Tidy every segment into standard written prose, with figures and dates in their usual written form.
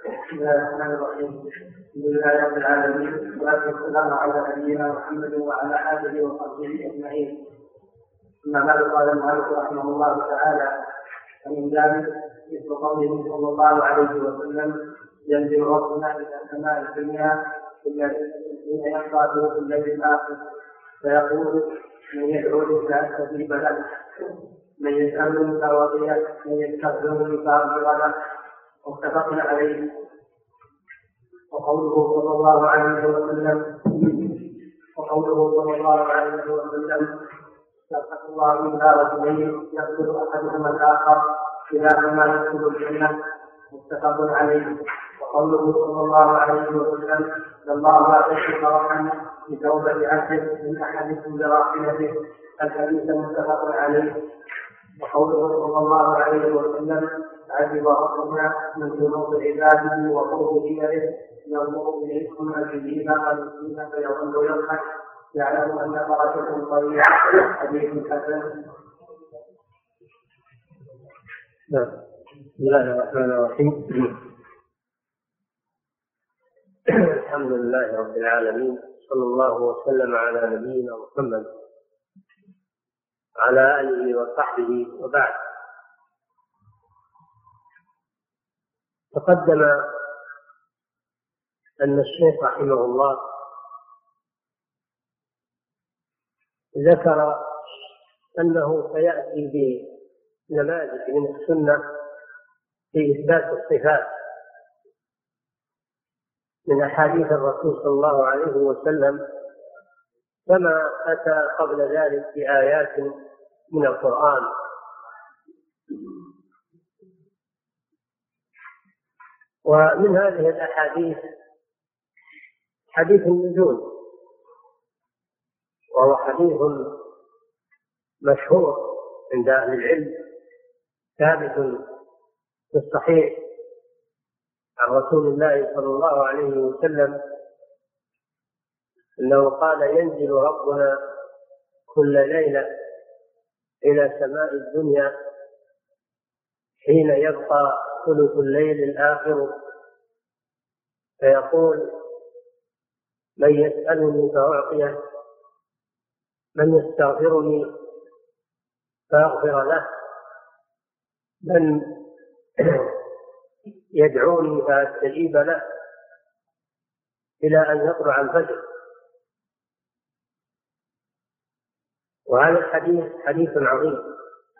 بسم الله الرحمن الرحيم. الحمد لله رب العالمين، والصلاة والسلام على نبينا محمد وعلى آله وصحبه أجمعين. أما بعد، قال المؤلف رحمه الله تعالى: ومن ذلك مثل قوله صلى الله عليه وسلم: ينزل ربنا إلى سماء الدنيا حين يقرأ في الليل الآخر فيقول: من يدعوني فأستجيب له، من يسألني فأعطيه، من يستغفرني فأغفر له. متفق عليه. وقوله صلى الله عليه وسلم: يرحم الله منها رجلين يقتل أحدهما الآخر كلاهما يدخل الجنة. متفق عليه. وقوله صلى الله عليه وسلم: الله يحب رحمه بتوبة عبد من أحدكم براحلته. الحديث متفق عليه. وقوله صلى الله عليه وسلم: عجب ربنا من ذنوب عباده وقوه إليه ينظر إليكم أجلين قليلين فيظل يضحك يعلم أن فرجكم طيب. حديث حسن. بسم الله الرحمن الرحيم. الحمد لله رب العالمين، صلى الله وسلم على نبينا محمد على آله وصحبه، وبعد. تقدم أن الشيخ رحمه الله ذكر أنه سيأتي بنماذج من السنة في إثبات الصفات من أحاديث الرسول صلى الله عليه وسلم، كما أتى قبل ذلك بآيات من القرآن. ومن هذه الأحاديث حديث النزول، وهو حديث مشهور عند أهل العلم، ثابت في الصحيح عن رسول الله صلى الله عليه وسلم أنه قال: ينزل ربنا كل ليلة إلى سماء الدنيا حين يبقى ثلث الليل الآخر فيقول: من يسألني فأعطيه، من يستغفرني فأغفر له، من يدعوني فأستجيب له، إلى أن يطلع الفجر. وهذا الحديث حديث عظيم،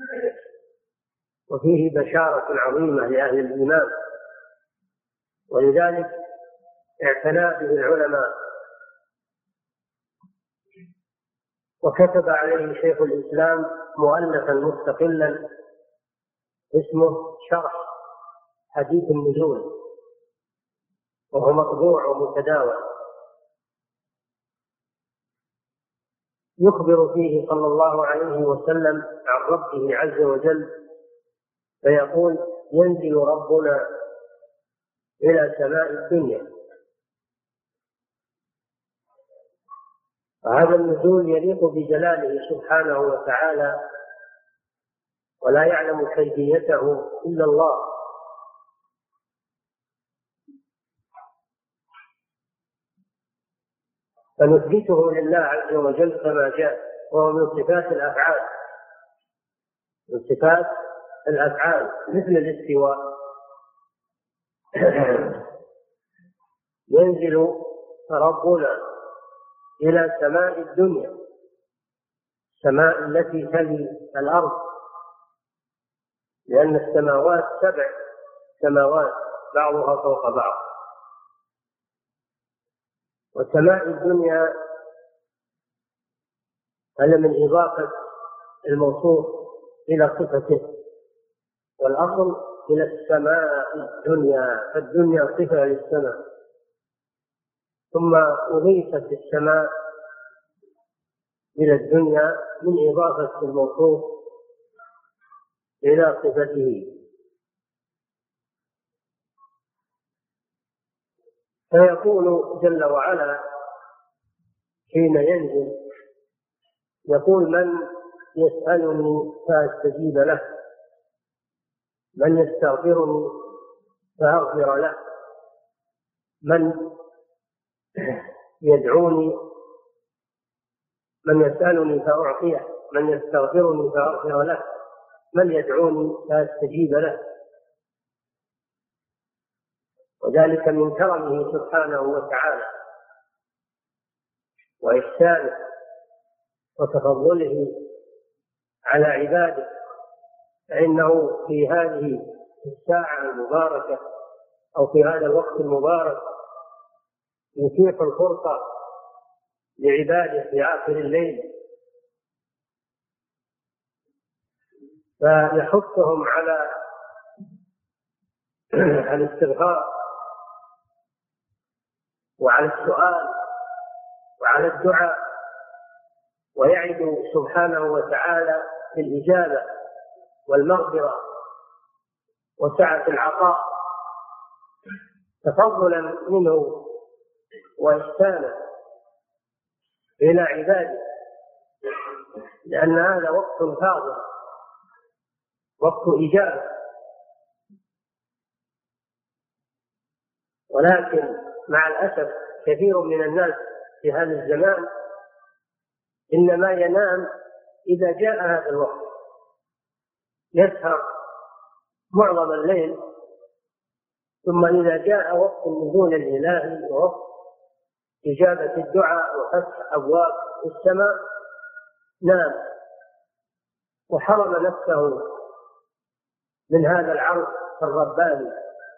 وفيه بشارة عظيمة لأهل الإيمان، ولذلك اعتنى به العلماء، وكتب عليه شيخ الإسلام مؤلفا مستقلا اسمه شرح حديث النزول، وهو مطبوع ومتداول، يخبر فيه صلى الله عليه وسلم عن ربه عز وجل، فيقول: ينزل ربنا إلى سماء الدنيا. وهذا النزول يليق بجلاله سبحانه وتعالى، ولا يعلم كيفيته إلا الله. فنثبته لله عز وجل كما جاء، وهو من صفات الأفعال، من صفات الأفعال مثل الاستواء. ينزل ربنا إلى سماء الدنيا، السماء التي تلي الأرض، لأن السماوات 7 سماوات بعضها فوق بعض، وسماء الدنيا هذا من إضافة الموصوف إلى صفته، والأصل إلى السماء الدنيا، فالدنيا صفة للسماء، ثم أضيفت السماء إلى الدنيا من إضافة الموصوف إلى صفته. فيقول جل وعلا حين ينزل، يقول: من يسألني فأستجيب له، من يستغفرني فأغفر له. من يدعوني، من يسألني فأعطيه، من يستغفرني فأغفر له، من يدعوني فأستجيب له. وذلك من كرمه سبحانه وتعالى وإحسانه وتفضله على عباده، فإنه في هذه الساعة المباركة أو في هذا الوقت المبارك يتيح الفرصة لعباده في آخر الليل، فيحثهم على الاستغفار وعلى السؤال وعلى الدعاء، ويعد سبحانه وتعالى بالإجابة والمغفرة وسعة العطاء تفضلا منه وإحسانا إلى عباده، لأن هذا وقت فاضل، وقت إجابة. ولكن مع الأسف كثير من الناس في هذا الزمان إنما ينام إذا جاء هذا الوقت، يسهر معظم الليل، ثم إذا جاء وقت النزول الإلهي ووقت إجابة الدعاء وفتح أبواب السماء نام وحرم نفسه من هذا العرض الرباني.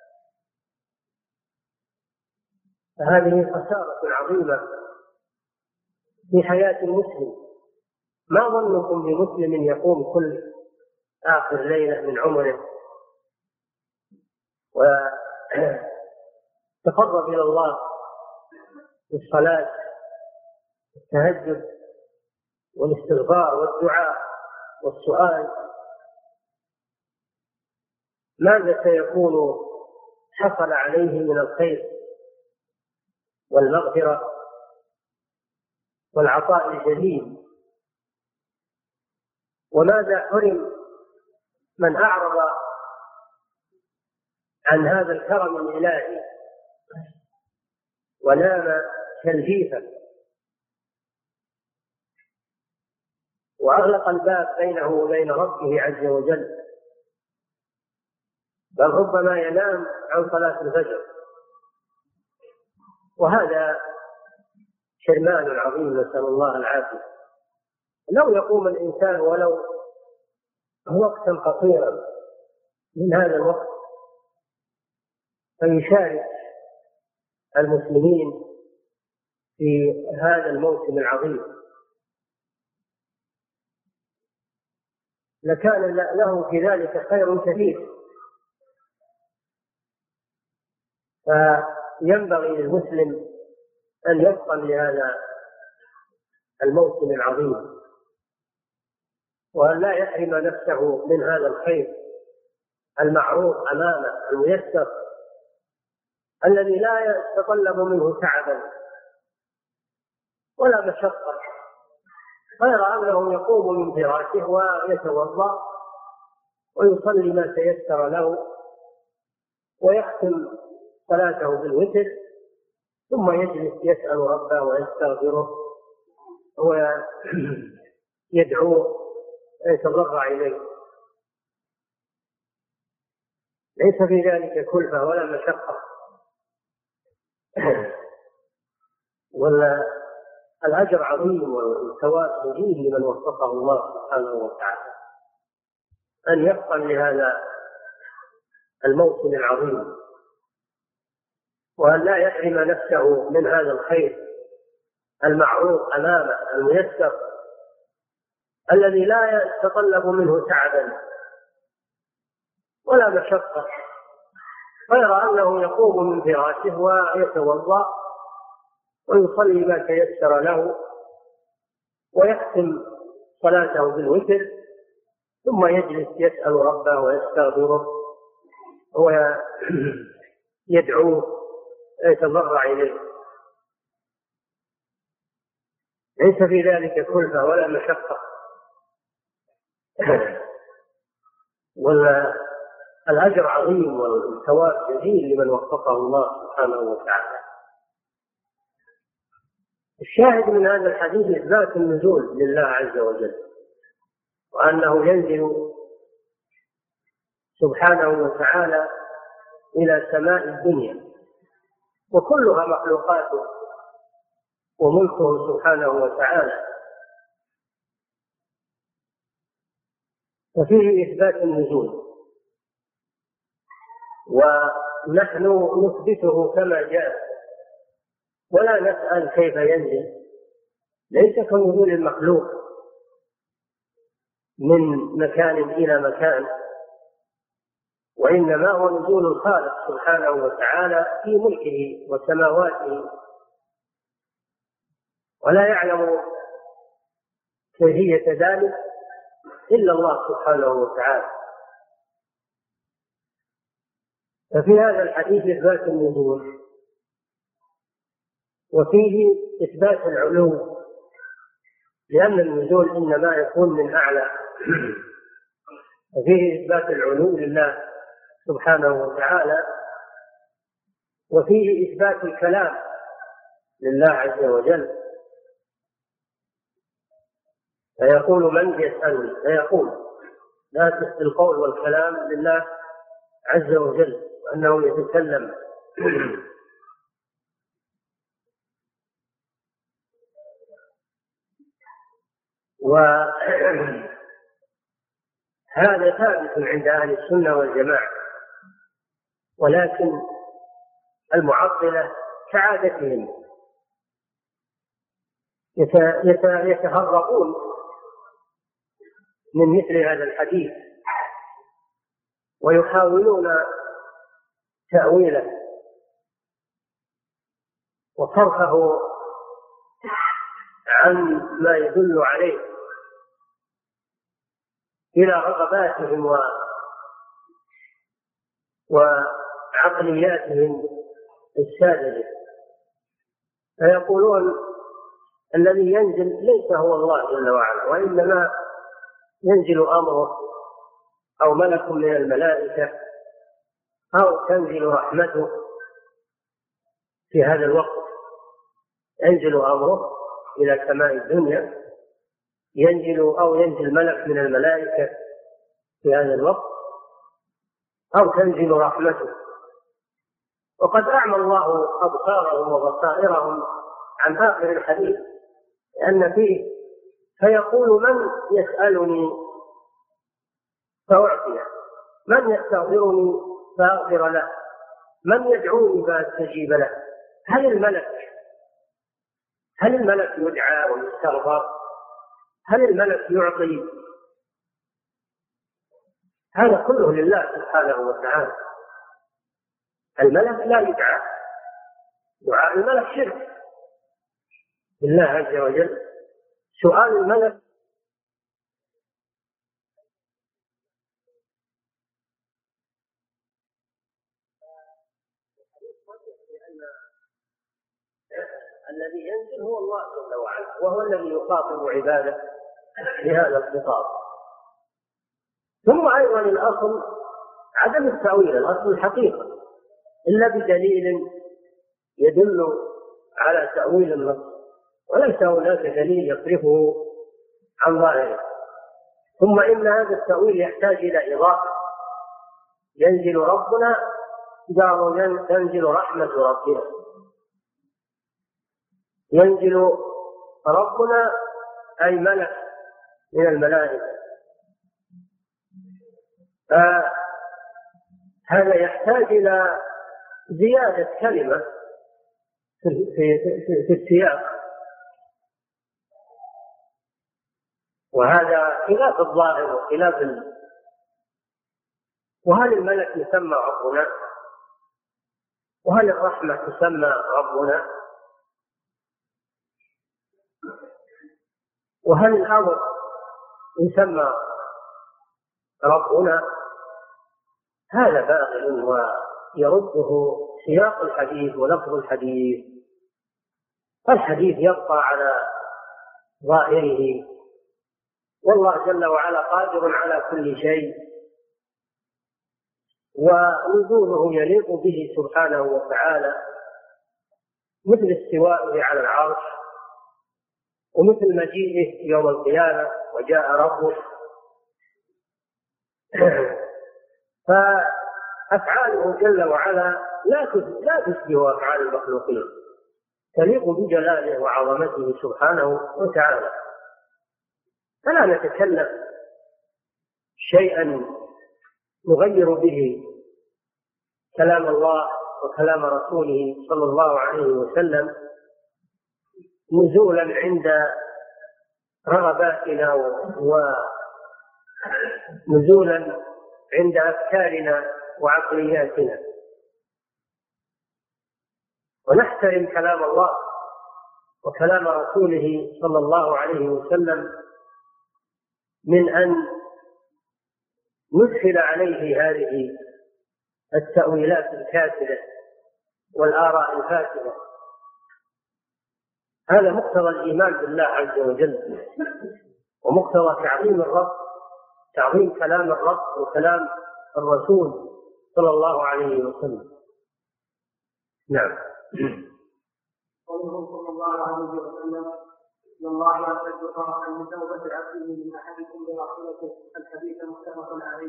فهذه خسارة عظيمة في حياة المسلم. ما ظنكم بمسلم يقوم كل آخر ليلة من عمره وتقرب إلى الله بالصلاة والتهجد والاستغفار والدعاء والسؤال؟ ماذا سيكون حصل عليه من الخير والمغفرة والعطاء الجليل؟ وماذا حرم من أعرض عن هذا الكرم الإلهي ونام كالجيفة وأغلق الباب بينه وبين ربه عز وجل، بل ربما ينام عن صلاة الفجر، وهذا حرمان عظيم، نسأل الله العافية. لو يقوم الإنسان ولو وقتا قصيرا من هذا الوقت فيشارك المسلمين في هذا الموسم العظيم لكان له في ذلك خير كثير. فينبغي للمسلم أن يفطن لهذا الموسم العظيم وأن لا يحرم نفسه من هذا الخير المعروض أمامه الميسر الذي لا يتطلب منه تعبا ولا مشقة، غير أنه يقوم من فراشه ويتوضأ ويصلي ما تيسر له ويختم صلاته بالوتر، ثم يجلس يسأل ربه ويستغفره ويدعوه ويتضرع إليه. ليس في ذلك كلفة ولا مشقة، والأجر عظيم والثواب مجيد لمن وفقه الله سبحانه وتعالى أن يفطن لهذا الموسم العظيم وأن لا يحرم نفسه من هذا الخير المعروض أمامه الميسر الذي لا يتطلب منه تعبا ولا مشقة، غير أنه يقوم من فراشه ويتوضأ ويصلي ما تيسر له ويختم صلاته بالوتر، ثم يجلس يسأل ربه ويستغفره ويدعوه ويتضرع إليه. ليس في ذلك كلفة ولا مشقة، الأجر عظيم والثواب جزيل لمن وفقه الله سبحانه وتعالى. الشاهد من هذا الحديث إثبات النزول لله عز وجل، وأنه ينزل سبحانه وتعالى إلى سماء الدنيا، وكلها مخلوقاته وملكه سبحانه وتعالى، وفيه إثبات النزول، ونحن نثبته كما جاء ولا نسأل كيف ينزل، ليس كنزول المخلوق من مكان إلى مكان، وإنما هو نزول الخالق سبحانه وتعالى في ملكه وسماواته، ولا يعلم كيفية ذلك إلا الله سبحانه وتعالى. ففي هذا الحديث إثبات النزول، وفيه إثبات العلو، لأن النزول إنما يكون من أعلى، وفيه إثبات العلو لله سبحانه وتعالى، وفيه إثبات الكلام لله عز وجل، فيقول من يسألني، فيقول لا تسأل القول والكلام لله عز وجل، وأنه يتكلم. وهذا ثابت عند أهل السنة والجماعة، ولكن المعطلة كعادتهم يتهربون من مثل هذا الحديث ويحاولون تأويله وصرفه عن ما يدل عليه إلى رغباتهم وعقلياتهم الساذجة، فيقولون الذي ينزل ليس هو الله جل وعلا، وإنما ينزل أمره أو ملك من الملائكة أو تنزل رحمته في هذا الوقت. ينزل أمره إلى سماء الدنيا، ينزل ملك من الملائكة في هذا الوقت، أو تنزل رحمته. وقد أعمى الله أبصارهم وبصائرهم عن آخر الحديث، لأن فيه فيقول من يسألني فأعطيه، من يستغفرني فأغفر له، من يدعوني فأستجيب له. هل الملك يدعى ويستغفر؟ هل الملك يعطي؟ هذا كله لله سبحانه وتعالى. الملك لا يدعى، دعاء الملك شرك بالله عز وجل. سؤال الملك الذي ينزل هو الله جل وعلا، وهو الذي يخاطب عباده بهذا الخطاب. ثم أيضا الأصل عدم التأويل، الأصل الحقيقة، إلا بدليل يدل على تأويل النص، وليس هناك دليل يصرفه عن ظاهره. ثم إن هذا التأويل يحتاج إلى إضافة. ينزل ربنا، قالوا تنزل رحمة ربنا. ينزل ربنا أي ملك من الملائكة. هذا يحتاج إلى زيادة كلمة في السياق، وهذا خلاف الظاهر وخلاف وهل الملك يسمى ربنا؟ وهل الرحمة تسمى ربنا؟ وهل الأمر يسمى ربنا؟ هذا باطل ويرده سياق الحديث ولفظ الحديث. الحديث يبقى على ظاهره، والله جل وعلا قادر على كل شيء، ونزوله يليق به سبحانه وتعالى، مثل استوائه على العرش، ومثل مجيئه يوم القيامة وجاء ربه. فأفعاله جل وعلا لا تشبه أفعال المخلوقين، تليق بجلاله وعظمته سبحانه وتعالى. فلا نتكلم شيئا نغير به كلام الله وكلام رسوله صلى الله عليه وسلم نزولا عند رغباتنا ونزولا عند أفكارنا وعقلياتنا، ونحترم كلام الله وكلام رسوله صلى الله عليه وسلم من أن ندخل عليه هذه التأويلات الكاذبة والآراء الفاسدة. هذا مقتضى الإيمان بالله عز وجل، ومقتضى تعظيم الرب، تعظيم كلام الرب وكلام الرسول صلى الله عليه وسلم. نعم. قوله صلى الله عليه وسلم: إن الله يعتد فرحا من توبة عبده من أحدكم براحلته، الحديث متفق عليه.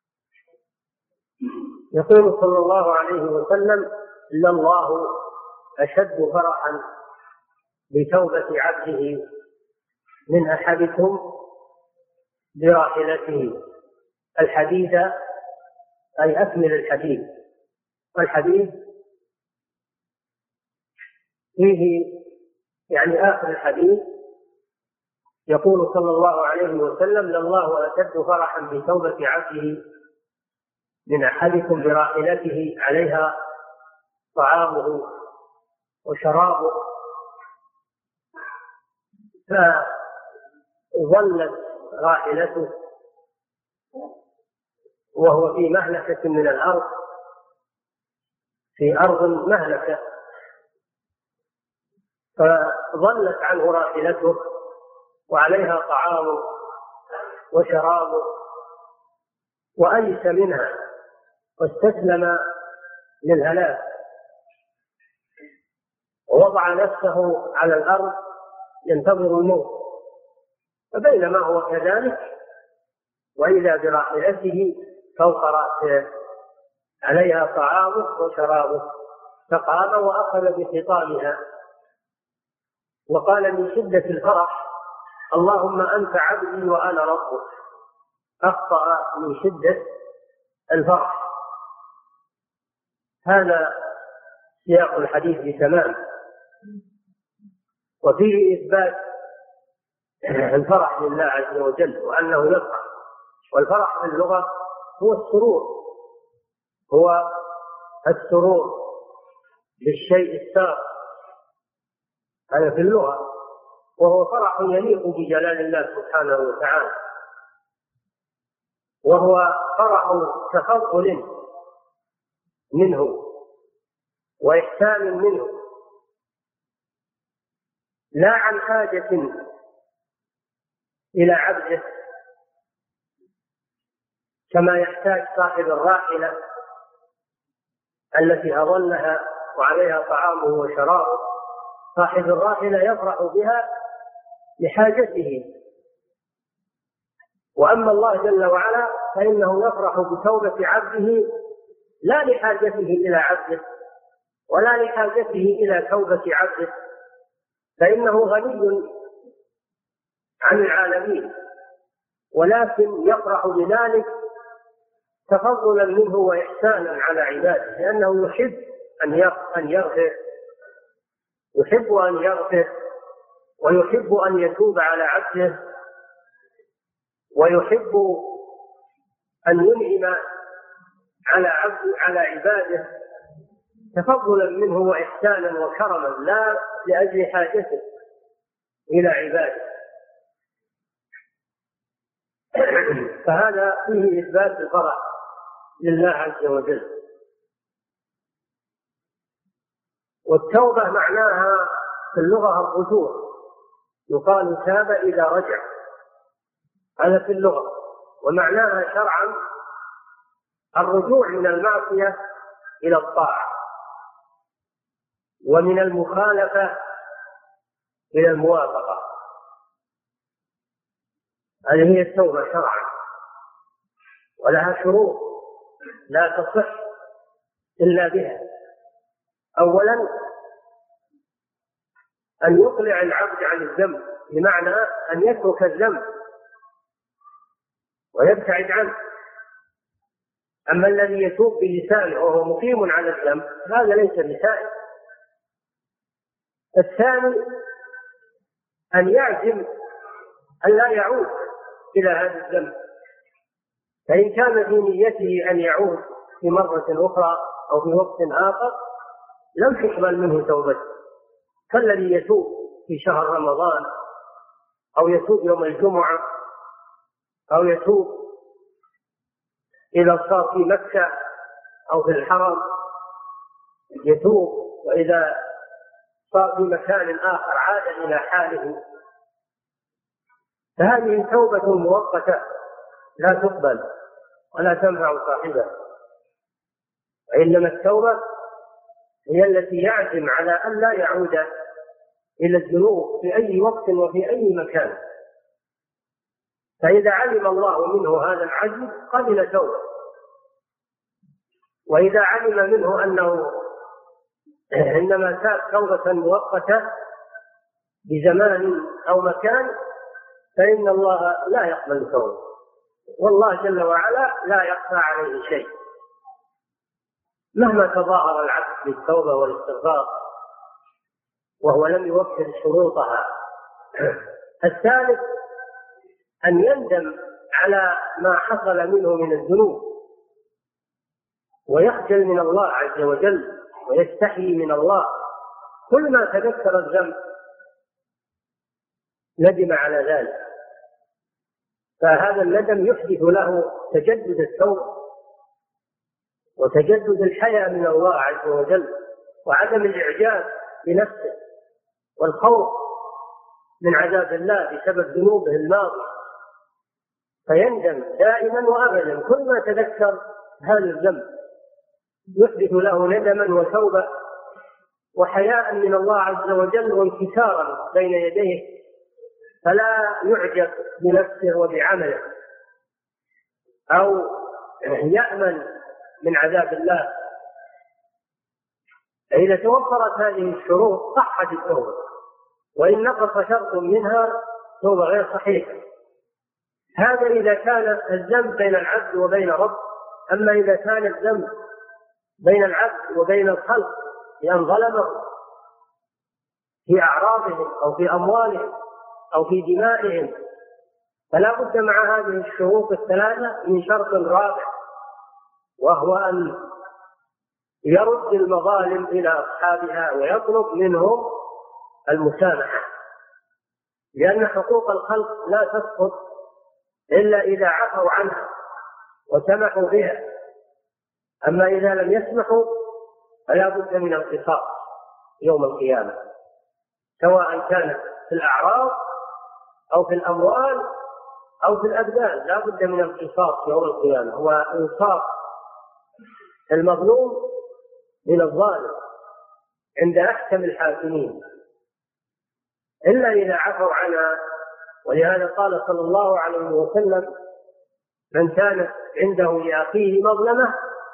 يقول صلى الله عليه وسلم: إن الله أشد فرحا بتوبة عبده من أحدكم براحلته. الحديث أي أكمل الحديث، والحديث فيه يعني آخر الحديث. يقول صلى الله عليه وسلم: لله أشد فرحا بتوبة عبده من أحدكم براحلته عليها طعامه وشرابه، فظلت راحلته وهو في مهلكة من الأرض، في أرض مهلكة، فظلت عنه راحلته وعليها طعامه وشرابه، وأيس منها واستسلم للهلاك، ووضع نفسه على الأرض ينتظر الموت. فبينما هو كذلك وإذا براحلته فوق رأسه عليها طعامه وشرابه، فقام وأخذ بخطامها وقال من شدة الفرح: اللهم أنت عبدي وأنا ربك. أخطأ من شدة الفرح. هذا سياق الحديث بتمام، وفيه إثبات الفرح لله عز وجل وأنه يفرح. والفرح في اللغة هو السرور، هو السرور بالشيء السار، هذا في اللغة، وهو فرح يليق بجلال الله سبحانه وتعالى، وهو فرح تفضل منه وإحسان منه، لا عن حاجة إلى عبده كما يحتاج صاحب الراحلة التي أظلها وعليها طعامه وشرابه. صاحب الراحلة يفرح بها لحاجته، وأما الله جل وعلا فإنه يفرح بتوبة عبده لا لحاجته إلى عبده ولا لحاجته إلى توبة عبده، فإنه غني عن العالمين، ولكن يفرح بذلك تفضلا منه وإحسانا على عباده، لأنه يحب أن يغفر، يحب أن يغفر، ويحب أن يتوب على عبده، ويحب أن ينعم على عباده تفضلا منه وإحسانا وكرما، لا لأجل حاجته إلى عباده. فهذا فيه إثبات الفرح لله عز وجل. والتوبة معناها في اللغة الرجوع، يقال تاب إذا رجع، هذا في اللغة. ومعناها شرعا الرجوع من المعصية إلى الطاعة، ومن المخالفة إلى الموافقة. هذه هي التوبة شرعا، ولها شروط لا تصح إلا بها. أولا أن يقلع العبد عن الذنب، بمعنى أن يترك الذنب ويبتعد عنه. أما الذي يتوب بلسانه وهو مقيم على الذنب هذا ليس بتائب. الثاني أن يعزم أن لا يعود إلى هذا الذنب، فإن كان في نيته أن يعود في مرة أخرى أو في وقت آخر لم تقبل منه توبته، كالذي يتوب في شهر رمضان أو يتوب يوم الجمعة أو يتوب إذا صار في مكة أو في الحرم يتوب، وإذا صار في مكان آخر عاد إلى حاله. فهذه توبة مؤقتة لا تقبل ولا تنفع صاحبها، وإنما التوبة هي التي يعزم على أن لا يعود إلى الذنوب في أي وقت وفي أي مكان. فإذا علم الله منه هذا العزم قبل توبة، وإذا علم منه أنه إنما تاب توبة مؤقتة بزمان أو مكان فإن الله لا يقبل توبة، والله جل وعلا لا يخفى عليه شيء مهما تظاهر العبد بالتوبة والاستغفار وهو لم يوفر شروطها. الثالث أن يندم على ما حصل منه من الذنوب ويخجل من الله عز وجل ويستحيي من الله. كل ما تذكر الذنب ندم على ذلك، فهذا الندم يحدث له تجدد التوبة وتجدد الحياء من الله عز وجل وعدم الإعجاب بنفسه والخوف من عذاب الله بسبب ذنوبه الماضية، فيندم دائما وأبدا كل ما تذكر هذا الذنب يحدث له ندما وتوبة وحياء من الله عز وجل وانكسارا بين يديه، فلا يعجب بنفسه وبعمله أو يأمن من عذاب الله. إذا توفرت هذه الشروط صحت التوبة، وإن نقص شرط منها توبة غير صحيحة. هذا إذا كان الذنب بين العبد وبين رب. أما إذا كان الذنب بين العبد وبين الخلق بأن ظلمه في أعراضهم أو في أموالهم أو في دمائهم، فلا بد مع هذه الشروط الثلاثة من شرط رابع، وهو أن يرد المظالم إلى أصحابها ويطلب منهم المسامحة، لأن حقوق الخلق لا تسقط إلا إذا عفوا عنها وسمحوا بها. أما إذا لم يسمحوا فلا بد من القصاص يوم القيامة، سواء كانت في الأعراض أو في الأموال أو في الأبدان. لا بد من القصاص يوم القيامة، هو إنصاف المظلوم من الظالم عند أحكم الحاكمين، إلا إذا عفوا عنها. ولهذا قال صلى الله عليه وسلم: من كانت عنده لأخيه مظلمة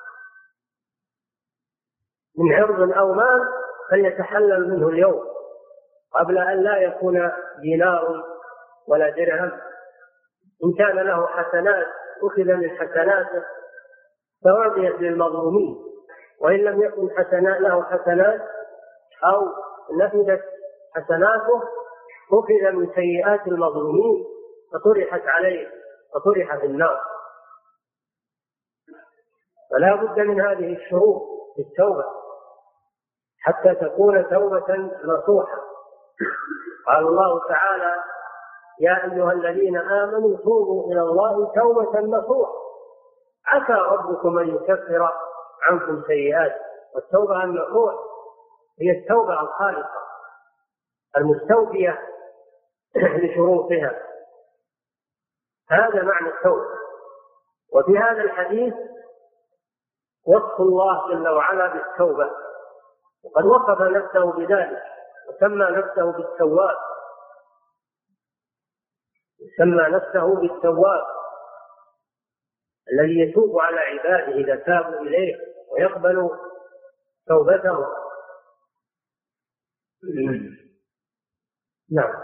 من عرض أو مال فليتحلل منه اليوم قبل أن لا يكون دينار ولا درهم. إن كان له حسنات أخذ من حسناته فأعطيت للمظلومين، وإن لم يكن له حسنات أو نفذت حسناته أخذ من سيئات المظلومين فطرحت عليه فطرح في النار. فلا بد من هذه الشروط في التوبة حتى تكون توبة نصوحة. قال الله تعالى: يا أيها الذين آمنوا توبوا إلى الله توبة نصوحة عسى ربكم أن يكفر عنكم سيئات. والتوبة النصوح هي التوبة الخالصة المستوفية لشروطها. هذا معنى التوبة. وفي هذا الحديث وصف الله جل وعلا بالتوبة، وقد وصف نفسه بذلك وسمى نفسه بالتواب، سمى نفسه بالتواب الذي يتوب على عباده إذا تابوا إليه ويقبل توبته. نعم.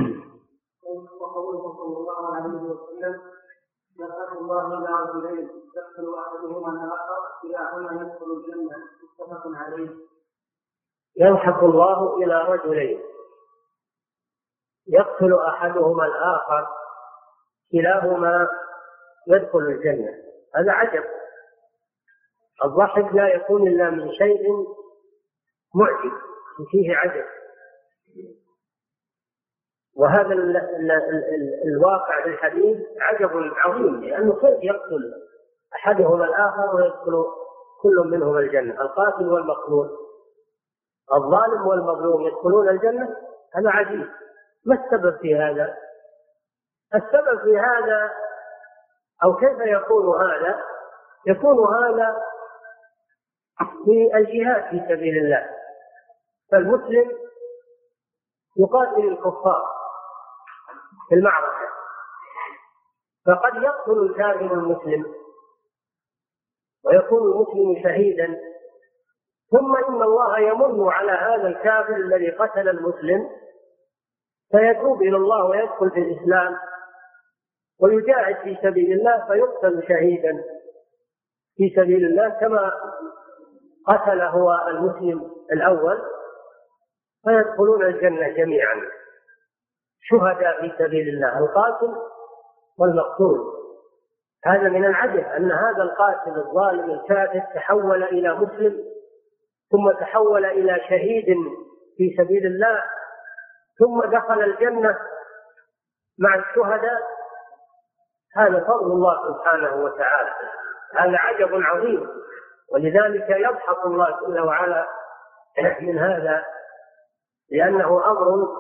وقوله صلى الله عليه وسلم يقول الله إلى رجلين يقتل أحدهما الآخر كلاهما يدخل الجنة، متفق عليه. يضحك الله إلى رجلين يقتل أحدهما الآخر كلاهما يدخل الجنة. هذا عجب. الضحك لا يكون إلا من شيء معجب فيه عجب، وهذا الواقع في الحديث عجب عظيم، لأنه كيف يقتل أحدهما الآخر ويدخل كل منهما الجنة؟ القاتل والمقتول، الظالم والمظلوم يدخلون الجنة؟ هذا عجيب. ما السبب في هذا؟ السبب في هذا أو كيف يكون هذا؟ يكون هذا في الجهاد في سبيل الله، فالمسلم يقاتل الكفار في المعركة، فقد يقتل الكافر المسلم ويكون المسلم شهيدا، ثم إن الله يمن على هذا الكافر الذي قتل المسلم فيتوب إلى الله ويدخل في الإسلام ويجاهد في سبيل الله فيقتل شهيدا في سبيل الله كما قتل هو المسلم الأول، فيدخلون الجنة جميعا شهداء في سبيل الله، القاتل والمقتول. هذا من العجب أن هذا القاتل الظالم الكافر تحول إلى مسلم، ثم تحول إلى شهيد في سبيل الله، ثم دخل الجنة مع الشهداء. هذا فضل الله سبحانه وتعالى، هذا عجب عظيم، ولذلك يضحك الله جل وعلا من هذا، لأنه أمر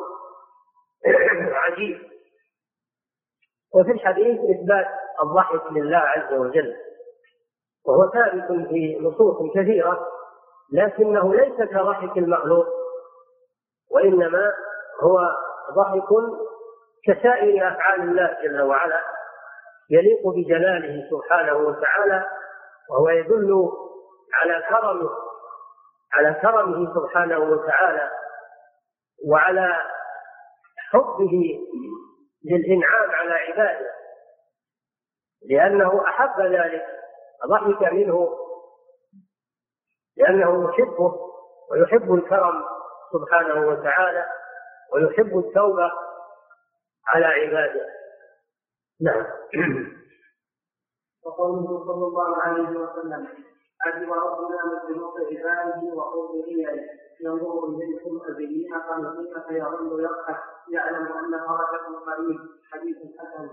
عجيب. وفي الحديث إثبات الضحك لله عز وجل، وهو ثابت في نصوص كثيرة، لكنه ليس كضحك المخلوق، وإنما هو ضحك كسائر أفعال الله جل وعلا يليق بجلاله سبحانه وتعالى، وهو يدل على كرمه سبحانه وتعالى وعلى حبه للإنعام على عباده، لأنه أحب ذلك، ضحك منه لأنه يحبه ويحب الكرم سبحانه وتعالى ويحب التوبة على عباده. نعم. وقوله صلى الله عليه وسلم عجب ربنا من ذنوب عباده وقوله ينظر إليكم أذلين قانطين فيظل يضحك يعلم أن فرجكم قريب، حديث حسن.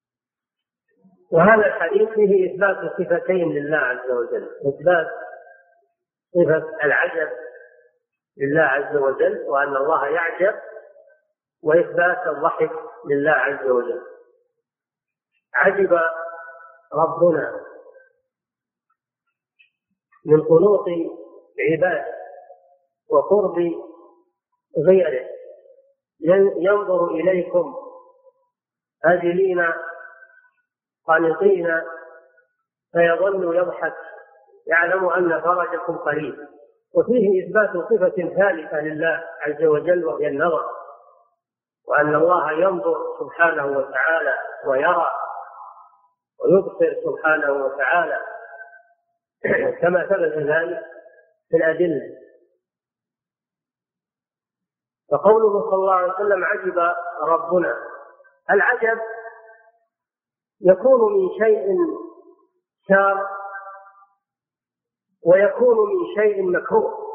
وهذا الحديث فيه إثبات صفتين لله عز وجل، إثبات صفة العجب لله عز وجل وأن الله يعجب، وإثبات الضحك لله عز وجل. عجب ربنا من قنوط عباده وقرب غيره، ينظر إليكم آذلين قانطين فيظل يضحك يعلم أن فرجكم قريب. وفيه إثبات صفة ثالثة لله عز وجل وهي النظر، وأن الله ينظر سبحانه وتعالى ويرى ويبصر سبحانه وتعالى كما ثبت ذلك في الأدلة. فقوله صلى الله عليه وسلم عجب ربنا، العجب يكون من شيء سار ويكون من شيء مكروه.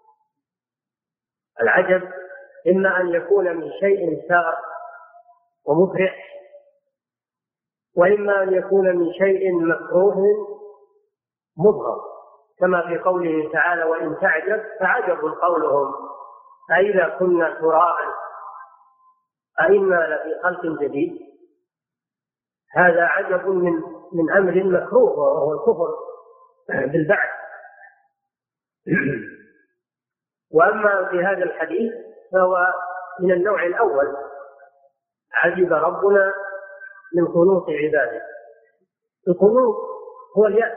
العجب إما أن يكون من شيء سار ومفرح، وإما أن يكون من شيء مكروه مظهر، كما في قوله تعالى وإن تعجب فعجب قولهم أإذا كنا ترابا أإنا لفي خلق جديد. هذا عجب من أمر مكروه وهو الكفر بالبعث. وأما في هذا الحديث فهو من النوع الأول، عجب ربنا من قنوط عباده. القنوط هو اليأس،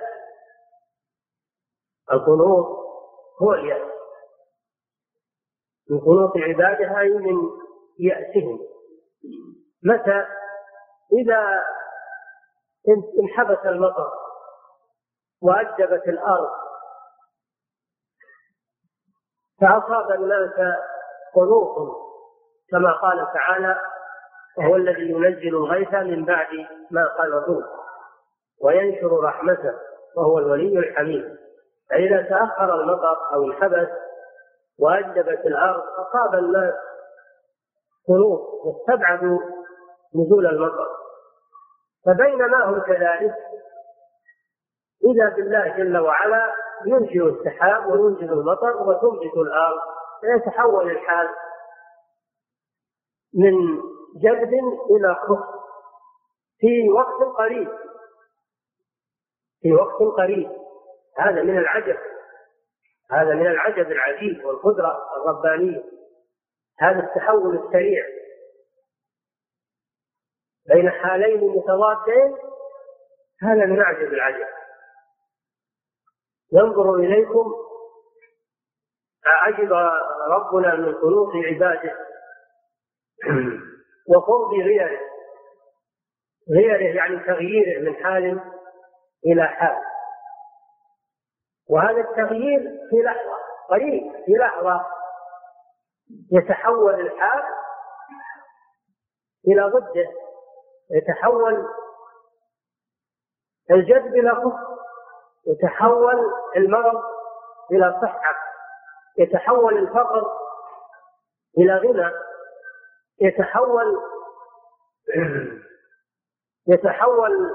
القنوط هو اليأس من قنوط عباده، أي من يأسهم. متى؟ إذا انحبس المطر وأجدبت الأرض فأصاب الناس قنوط، كما قال تعالى: وهو الذي ينزل الغيث من بعد ما قنطوا وينشر رحمته وهو الولي الحميد. فإذا تأخر المطر أو انحبس وأجدبت الأرض أصاب الناس قنوط واستبعدوا نزول المطر. فبينما هم كذلك إذا بالله جل وعلا ينشئ السحاب وينزل المطر وتنبت الأرض، فيتحول الحال من جلد إلى خصب في وقت قريب، في وقت قريب. هذا من العجب، هذا من العجب العجيب والقدرة الربانية، هذا التحول السريع بين حالين متضادين، هذا من أعجب العجب. ينظر إليكم عجب ربنا من قنوط عباده وقرب غيره، غيره يعني تغييره من حال إلى حال. وهذا التغيير في لحظة قريب، في لحظة يتحول الحال إلى ضده، يتحول الجذب إلى كفر، يتحول المرض إلى صحة، يتحول الفقر إلى غنى، يتحول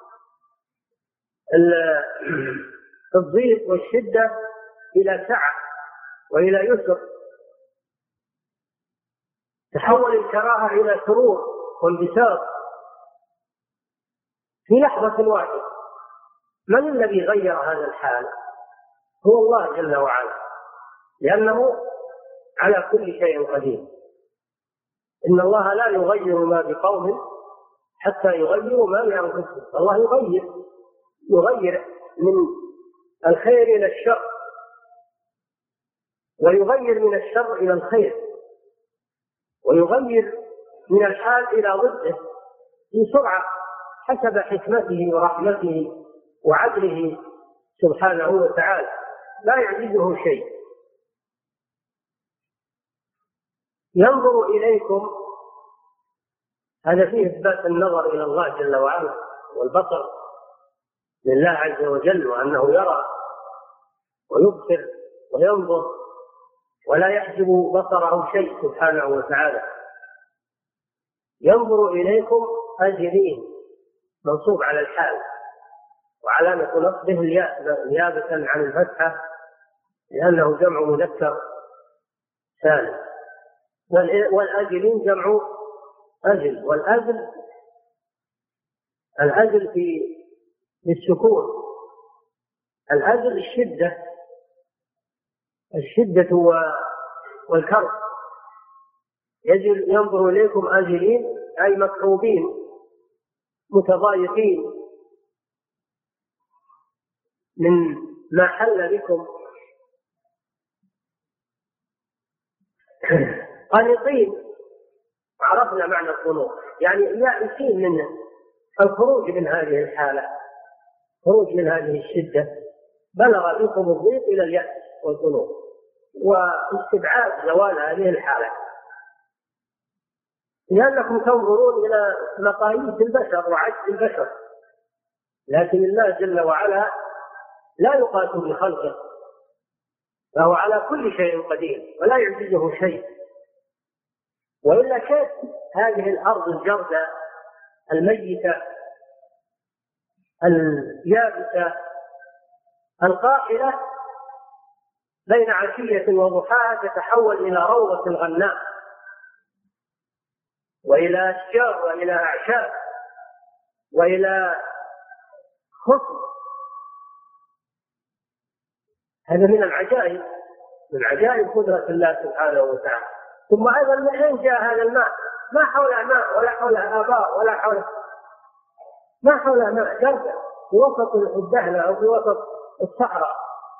الضيق والشدة إلى سعة وإلى يسر، تحول الكراهة إلى سرور وانبساط في لحظة واحدة. من الذي غير هذا الحال؟ هو الله جل وعلا، لأنه على كل شيء قدير. إن الله لا يغير ما بقوم حتى يغيروا ما بأنفسهم. الله يغير من الخير إلى الشر، ويغير من الشر إلى الخير، ويغير من الحال إلى ضده في سرعة حسب حكمته ورحمته وعدله سبحانه وتعالى، لا يعجزه شيء. ينظر إليكم، هذا فيه إثبات النظر إلى الله جل وعلا والبصر لله عز وجل، وأنه يرى ويبصر وينظر ولا يحجب بصره شيء سبحانه وتعالى. ينظر إليكم أجرين منصوب على الحال، وعلامة نصبه الياء نيابة عن الفتحة لأنه جمع مذكر سالم، والأجلين جمع أجل، والأجل الأجل في السكون، الأجل الشدة والكرب. ينظر إليكم أجلين أي مكروبين متضايقين من ما حل بكم، قانطين. عرفنا معنى القنوط، يعني يائسين من الخروج من هذه الحالة، خروج من هذه الشدة، بلغ بكم الضيق إلى اليأس والقنوط واستبعاد زوال هذه الحالة، لأنكم تنظرون إلى مقاييس البشر وعجز البشر، لكن الله جل وعلا لا يقاس بخلقه، فهو على كل شيء قدير ولا يعجزه شيء. وإلا كيف هذه الأرض الجردة الميتة اليابسة القاحلة بين عشية وضحاها تتحول إلى روضة غناء وإلى أشجار وإلى أعشاب وإلى خصب هذا من العجائب، من عجائب قدرة الله سبحانه وتعالى. ثم أيضا من أين جاء هذا الماء؟ ما حوله ماء ولا حوله آباء ولا حوله، ما حوله ماء، جرد في وسط الدهلة أو في وسط الصحراء،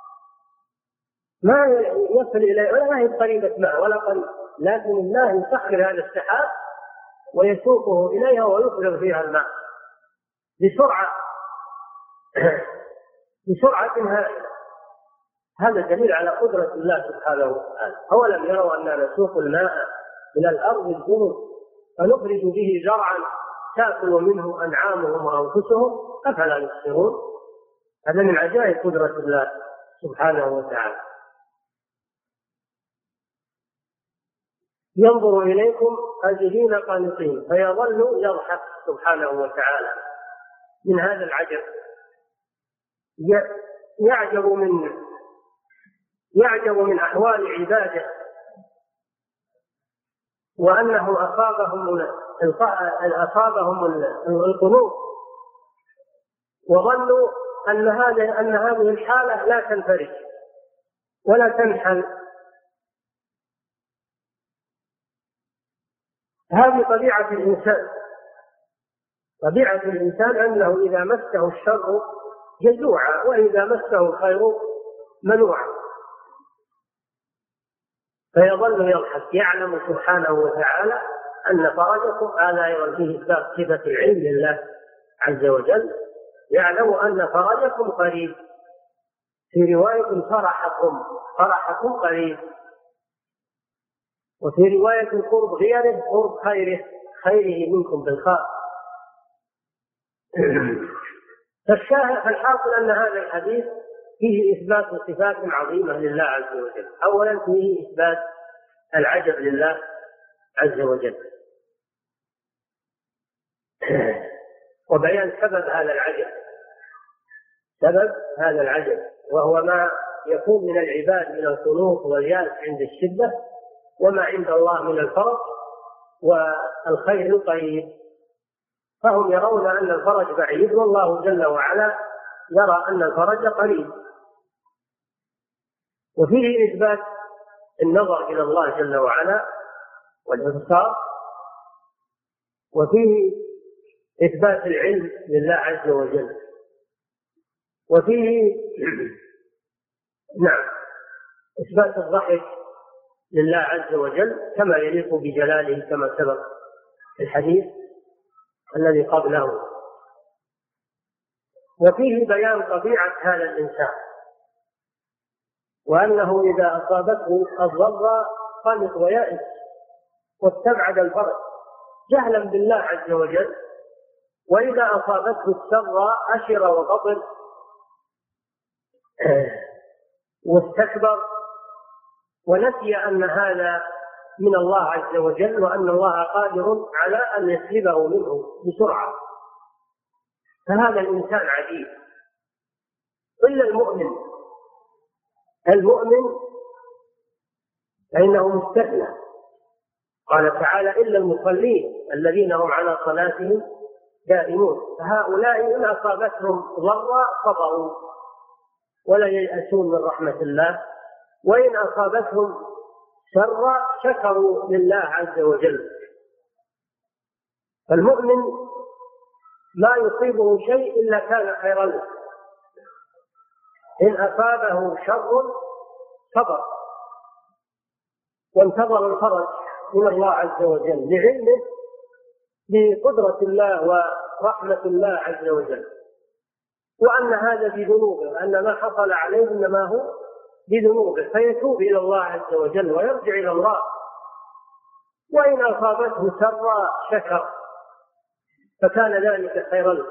ما يصل إليه ولا ما هي قريبة ماء ولا قريب، لكن الله يسخر هذا السحاب ويسوقه إليها ويفرغ فيها الماء بسرعة هائلة. هذا دليل على قدرة الله سبحانه وتعالى. أولم يروا أننا نسوق الماء إلى الأرض الجرز فنخرج به زرعا تأكل منه أنعامهم وأنفسهم أفلا يبصرون. هذا من عجائب قدرة الله سبحانه وتعالى. ينظر إليكم خاشعين قانطين فيظل يضحك سبحانه وتعالى من هذا العجب. يعجب من أحوال عباده، وأنه أصابهم القنوط وظنوا أن هذه الحالة لا تنفرج ولا تنحل. هذه طبيعة الإنسان. طبيعة الإنسان أنه إذا مسه الشر جزوعا وإذا مسه الخير منوعا، فيظل يضحك. يعلم سبحانه وتعالى أن فرجكم، هذا أيضا فيه إثبات صفة العلم لله عز وجل، يعلم أن فرجكم قريب. في رواية فرحكم قريب، وفي رواية قرب غيره قرب خيره منكم بالخير. فالحاصل أن هذا الحديث فيه إثبات صفات عظيمة لله عز وجل. أولا فيه إثبات العجب لله عز وجل، وبيان سبب هذا العجب، وهو ما يكون من العباد من القنوط والياس عند الشدة، وما عند الله من الفرج والخير القريب. فهم يرون أن الفرج بعيد، والله جل وعلا يرى أن الفرج قريب. وفيه إثبات النظر إلى الله جل وعلا والإبصار، وفيه إثبات العلم لله عز وجل، وفيه إثبات الضحك لله عز وجل كما يليق بجلاله كما سبق الحديث الذي قبله. وفيه بيان طبيعة هذا الإنسان، وأنه إذا أصابته الضر قنط ويأس واستبعد الفرج جهلا بالله عز وجل، وإذا أصابته السر أشر وبطر واستكبر ونسي أن هذا من الله عز وجل، وأن الله قادر على أن يسلبه منه بسرعة. فهذا الإنسان عجيب. إلا المؤمن فإنه مستثنى. قال تعالى: إلا المصلين الذين هم على صلاتهم دائمون. فهؤلاء إن أصابتهم ضرا صبروا ولا ييأسون من رحمة الله، وإن أصابتهم شر شكروا لله عز وجل. فالمؤمن لا يصيبه شيء إلا كان خيرا له. إن أصابه شر صبر وانتظر الفرج من الله عز وجل لعلمه بقدرة الله ورحمة الله عز وجل، وأن هذا بذنوبه، أن ما حصل عليه إنما هو بذنوبه، فيتوب إلى الله عز وجل ويرجع إلى الله. وإن أصابته سر شكر فكان ذلك خيرا له.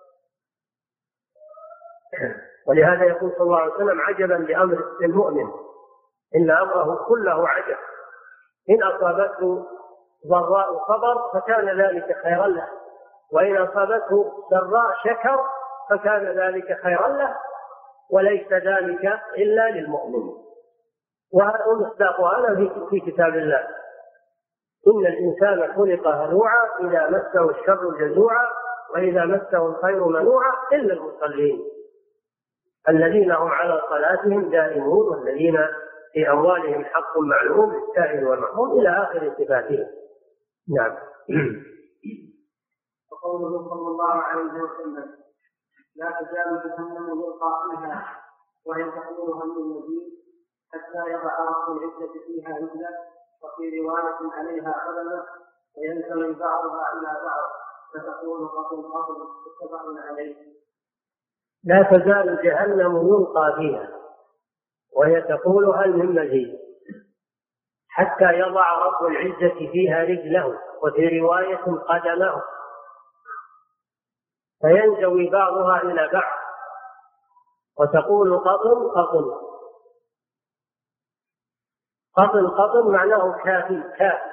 ولهذا يقول صلى الله عليه وسلم: عجبا لأمر المؤمن إن أمره كله عجب، إن أصابته ضراء صبر فكان ذلك خيرا له، وإن أصابته سراء شكر فكان ذلك خيرا له، وليس ذلك إلا للمؤمن. ومصداق هذا في كتاب الله: إن الإنسان خلق هلوعا إذا مسه الشر جزوعا وإذا مسه الخير منوعا إلا المصلين. الذين هم على صلاتهم دائمون والذين في أموالهم حق معلوم للسائل والمحروم إلى آخر صفاتهم. نعم. وقوله صلى الله عليه وسلم: لا تزال جهنم يلقى فيها وهي تقول هل من مزيد حتى يضع رب العزة فيها رجلا، وفي رواية عليها قدمه وينزل بعضها إلى بعض فتقول قتل قتل متفق عليه. لا تزال جهنم يلقى فيها وهي تقول هل من مزيد حتى يضع رب العزة فيها رجله، وفي رواية قدمه فينزوي بعضها إلى بعض وتقول قطن قطن. قطن قطن معناه كافي كافي.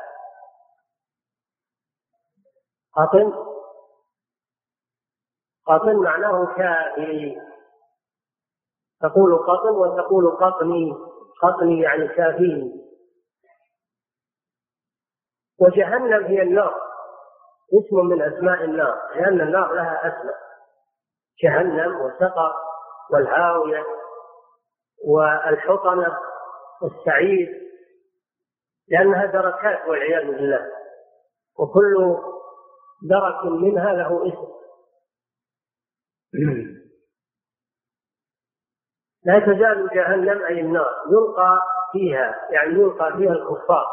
قطن قطن معناه كافي. تقول قطن وتقول قطني. قطني يعني كافيني. وجهنم هي النار، اسم من أسماء النار، لأن النار لها أسماء: جهنم وسقر والهاوية والحطمة والسعير، لأنها دركات والعياذ بالله، وكل درك منها له اسم. لا تزال جهنم أي النار يلقى فيها، يعني يلقى فيها الكفار.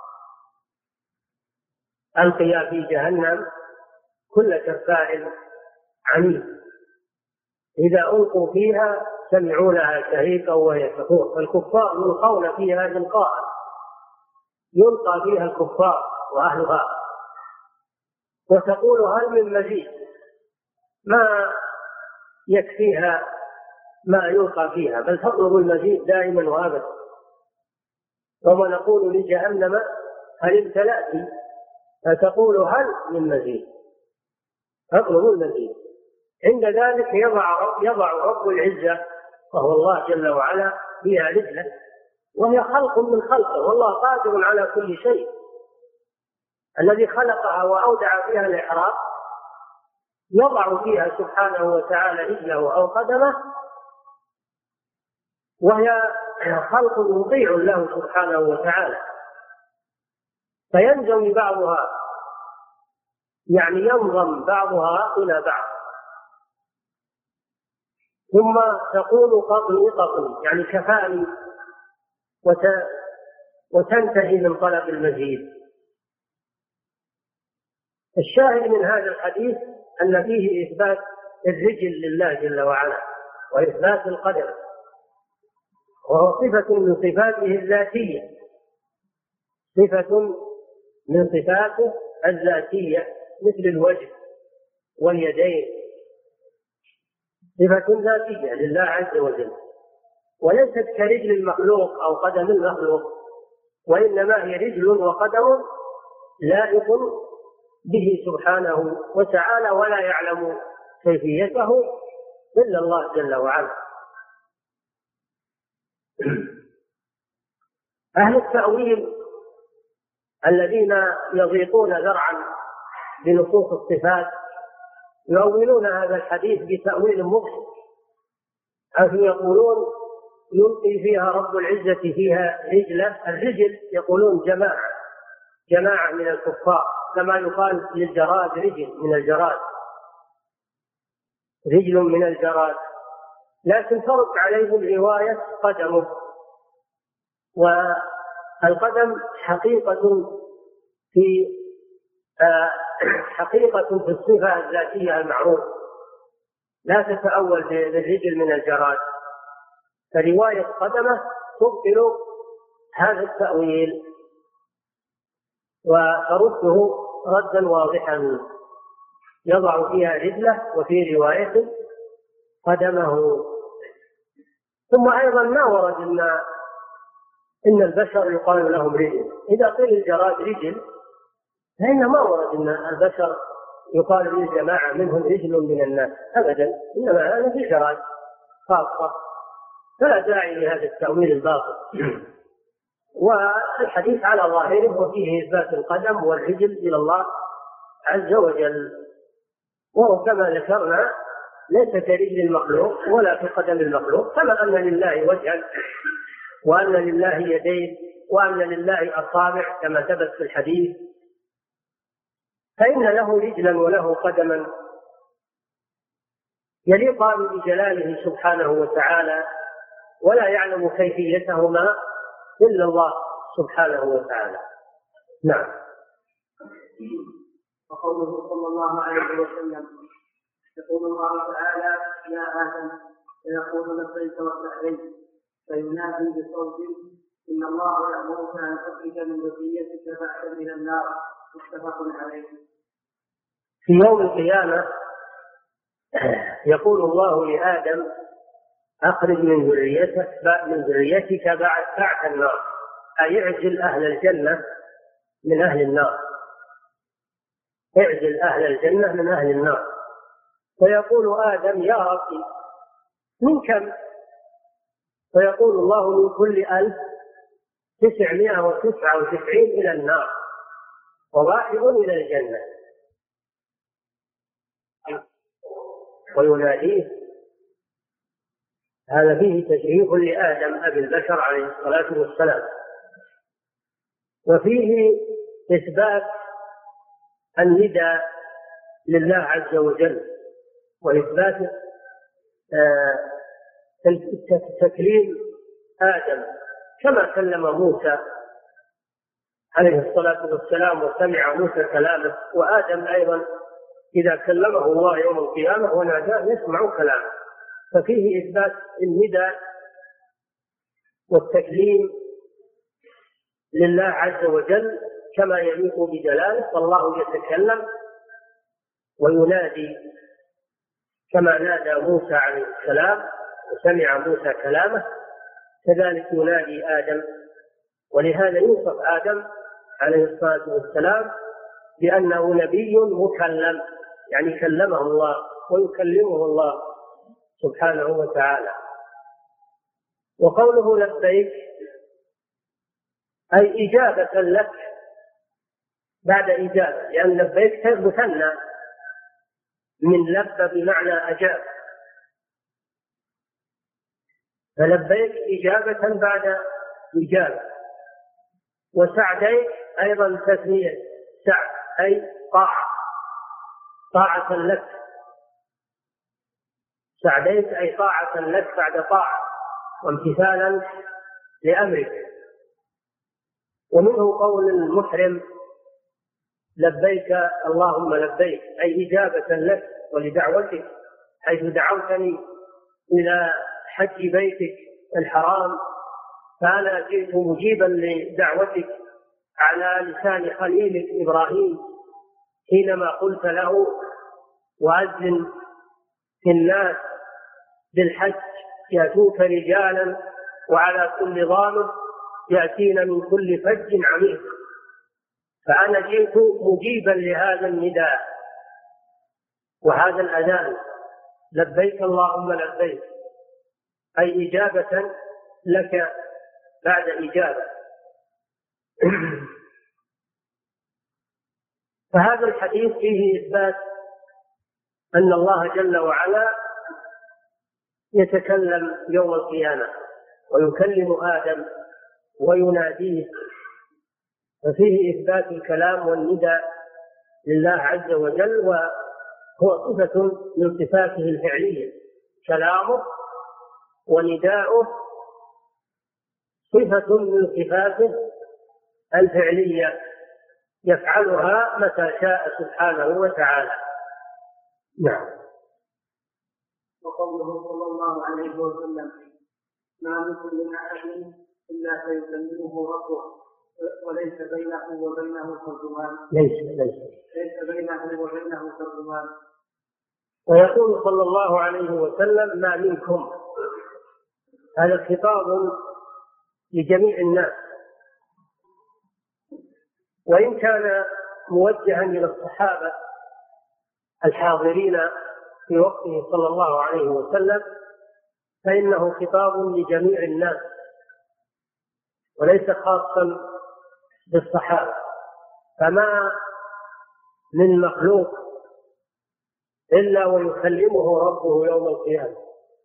ألقي في جهنم كل كفار عنيد، إذا ألقوا فيها سمعوا لها شهيقا وهي تفور. فالكفار يلقون فيها إلقاء، يلقى فيها الكفار وأهلها، وتقول هل من مزيد، ما يكفيها ما يلقى فيها، بل تطلب المزيد دائما وابدا. وما نقول لجهنم هل امتلأت، فتقول هل من مزيد، تطلب المزيد. عند ذلك يضع رب العزة وهو الله جل وعلا فيها رجله، وهي خلق من خلقه، والله قادر على كل شيء. الذي خلقها وأودع فيها الإحراق يضع فيها سبحانه وتعالى رجله أو قدمه، وهي خلق مطيع له سبحانه وتعالى، فينزوي بعضها، يعني ينضم بعضها إلى بعض، ثم تقول قطني قطني، يعني كفاني، وتنتهي من طلب المزيد. الشاهد من هذا الحديث أن فيه إثبات الرجل لله جل وعلا، وإثبات القدر، وهو صفة من صفاته الذاتية، صفة من صفاته الذاتية، مثل الوجه واليدين، صفة ذاتية لله عز وجل، وليست كرجل المخلوق أو قدم المخلوق، وإنما هي رجل وقدم لائق به سبحانه وتعالى، ولا يعلم كيفيته إلا الله جل وعلا. أهل التأويل الذين يضيقون ذرعا بنصوص الصفات يؤولون هذا الحديث بتأويل مبسط، حيث يقولون يلقي فيها رب العزة فيها رجله. الرجل يقولون جماعة من الكفار، كما يقال للجراد رجل من الجراد، رجل من الجراد، لكن فرق عليهم رواية قدمه. والقدم حقيقة في الصفة الذاتية المعروفة، لا تتأول بالرجل من الجراد، فرواية قدمه تبطل هذا التأويل وترده ردا واضحا، يضع فيها رجله وفي رواية قدمه. ثم أيضا ما ورد إن البشر يقال لهم رجل. إذا قيل الجراد رجل فإن ما ورد إن البشر يقال للجماعة منهم رجل من الناس أبدا، إنما هذا في الجراد خاصة، فلا داعي لهذا التأويل الباطل. والحديث على ظاهره وفيه إثبات القدم والرجل إلى الله عز وجل، وهو كما ذكرنا ليس كرجل المخلوق ولا كقدم المخلوق، كما أن لله وجها وأن لله يدين وأن لله أصابع كما ثبت في الحديث، فإن له رجلا وله قدما يليقان بجلاله سبحانه وتعالى، ولا يعلم كيفيتهما إلا الله سبحانه وتعالى. نعم. وقوله صلى الله عليه وسلم: يقول الله تعالى: يا آدم، فيقول لبيك وسعديك، فينادي بصوت: إن الله يأمرك أن تخرج من ذريتك بعثا من النار. متفق عليه. في يوم القيامة يقول الله لآدم: أخرج من ذريتك بعث النار، أي اعزل أهل الجنة من أهل النار، اعزل أهل الجنة من أهل النار. فيقول آدم: يا ربي من كم؟ فيقول الله: من كل 1999 إلى النار وواحد إلى الجنة. ويناديه. هذا فيه تشريف لآدم أبي البشر عليه الصلاة والسلام، وفيه إثبات النداء لله عز وجل، وإثبات تكليم آدم كما كلم موسى عليه الصلاة والسلام وسمع موسى كلامه، وآدم أيضا إذا كلمه الله يوم القيامة وناداه يسمع كلامه. ففيه إثبات النداء والتكليم لله عز وجل كما يليق بجلاله، والله يتكلم وينادي كما نادى موسى عليه السلام وسمع موسى كلامه، كذلك ينادي آدم. ولهذا يوصف آدم عليه الصلاة والسلام بأنه نبي مكلم، يعني كلمه الله ويكلمه الله سبحانه وتعالى. وقوله لبيك أي إجابة لك بعد إجابة، لأن لبيك مثنى من لب بمعنى أجاب، فلبيك إجابة بعد إجابة. وسعديك أيضا تثنية سعد أي طاعة لك، سعديك أي طاعة لك بعد طاعة وامتثالا لأمرك. ومنه قول المحرم: لبيك اللهم لبيك، أي إجابة لك ولدعوتك، حيث دعوتني إلى حج بيتك الحرام فأنا جئت مجيبا لدعوتك على لسان خليلك إبراهيم حينما قلت له: وأذن في الناس بالحج يأتوك رجالا وعلى كل ضامر يأتين من كل فج عميق. فأنا جئت مجيبا لهذا النداء وهذا الأذان: لبيك اللهم لبيك، أي إجابة لك بعد إجابة. فهذا الحديث فيه إثبات أن الله جل وعلا يتكلم يوم القيامة ويكلم آدم ويناديه، ففيه إثبات الكلام والنداء لله عز وجل، وهو صفة من صفاته الفعلية. كلامه ونداؤه صفة من صفاته الفعلية يفعلها متى شاء سبحانه وتعالى. نعم. وقوله صلى الله عليه وسلم: ما منكم من أحد إلا سيكلمه ربه وليس بينه وبينه ترجمان. ليس بينه وبينه ترجمان. ويقول صلى الله عليه وسلم: ما منكم، هذا الخطاب لجميع الناس، وإن كان موجها إلى الصحابة الحاضرين في وقته صلى الله عليه وسلم فإنه خطاب لجميع الناس وليس خاصا بالصحابة. فما من مخلوق إلا ويكلمه ربه يوم القيامة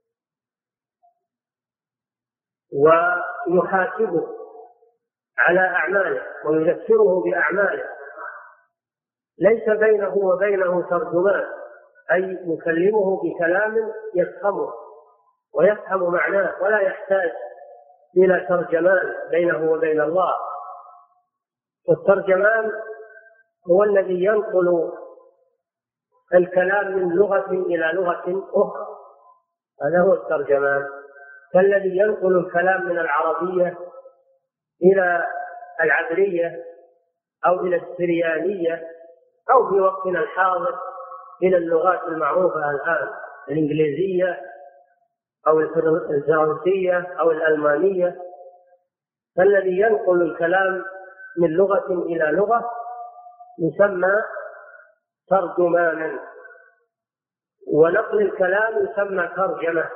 ويحاسبه على أعماله ويذكره بأعماله، ليس بينه وبينه ترجمان، أي يكلمه بكلام يفهمه ويفهم معناه، ولا يحتاج إلى ترجمان بينه وبين الله. والترجمان هو الذي ينقل الكلام من لغة إلى لغة أخرى، هذا هو الترجمان، كالذي ينقل الكلام من العربية إلى العبرية أو إلى السريانية أو في وقتنا الحاضر إلى اللغات المعروفة الآن، الإنجليزية أو الفرنسية أو الألمانية. فالذي ينقل الكلام من لغة إلى لغة يسمى ترجمانا، ونقل الكلام يسمى ترجمة.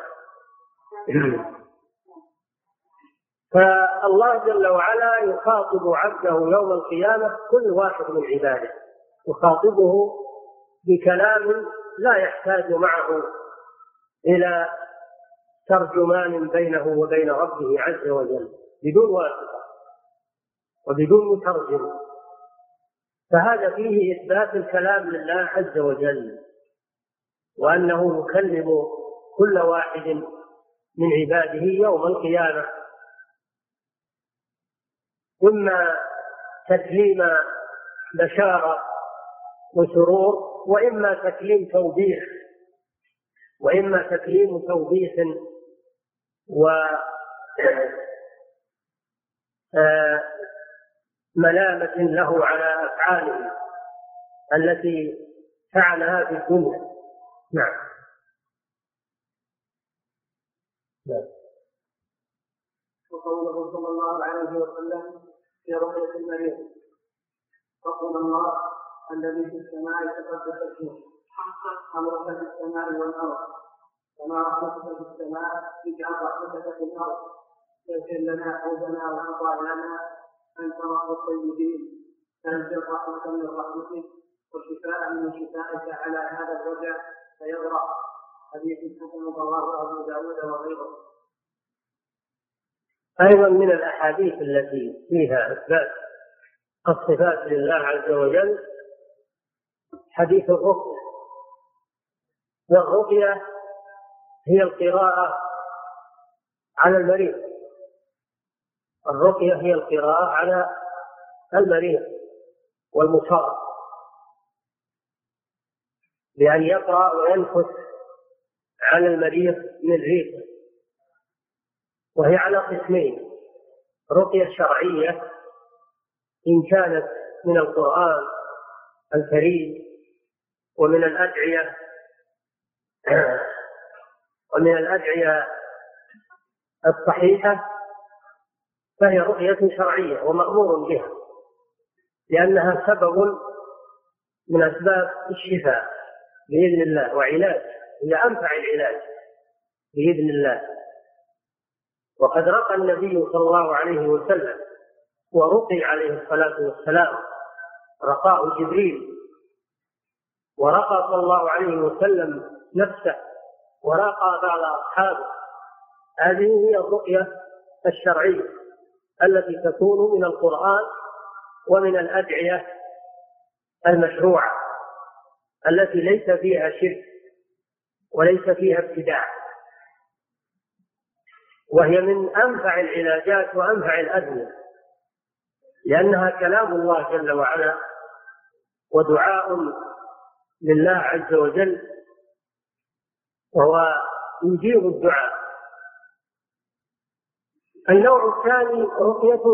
فالله جل وعلا يخاطب عبده يوم القيامة كل واحد من عباده، يخاطبه بكلام لا يحتاج معه إلى ترجمان بينه وبين ربه عز وجل، بدون واسطة وبدون مترجم. فهذا فيه إثبات الكلام لله عز وجل، وأنه يكلم كل واحد من عباده يوم القيامة، إما تكليم بشارة وسرور، وإما تكليم توبيخ، وإما تكليم توبيخ وملامة له على أفعاله التي فعلها في الدنيا. نعم. وقوله صلى الله عليه وسلم في رؤية المريض: ربنا الله الذي في السماء تقدس اسمه، أمرك في السماء والأرض، وما رحمتك في السماء اجعل رحمتك في الأرض، اغفر لنا حوزنا وخطايانا، أنت رب الطيبين، تنزل رحمة من رحمتك وشفاء من شفائك على هذا الوجع فيبرأ. حديث حسن رواه أبو داود وغيره. أيضا من الأحاديث التي فيها إثبات الصفات لله عز وجل حديث الرقية. والرقية هي القراءة على المريض، الرقية هي القراءة على المريض والمصاب، بأن يقرأ وينفث على المريض من ريقه. وهي على قسمين: رقية شرعية إن كانت من القرآن الكريم ومن الأدعية الصحيحة، فهي رقية شرعية ومأمور بها، لأنها سبب من أسباب الشفاء بإذن الله وعلاج، هي أنفع العلاج بإذن الله. وقد رقى النبي صلى الله عليه وسلم ورقي عليه الصلاة والسلام، رقاه جبريل، ورقى صلى الله عليه وسلم نفسه، ورقى بعض أصحابه. هذه هي الرقية الشرعية التي تكون من القرآن ومن الأدعية المشروعة التي ليس فيها شرك وليس فيها ابتداع، وهي من أنفع العلاجات وأنفع الأدوية، لأنها كلام الله جل وعلا ودعاء لله عز وجل، وهو يجيب الدعاء. النوع الثاني رقية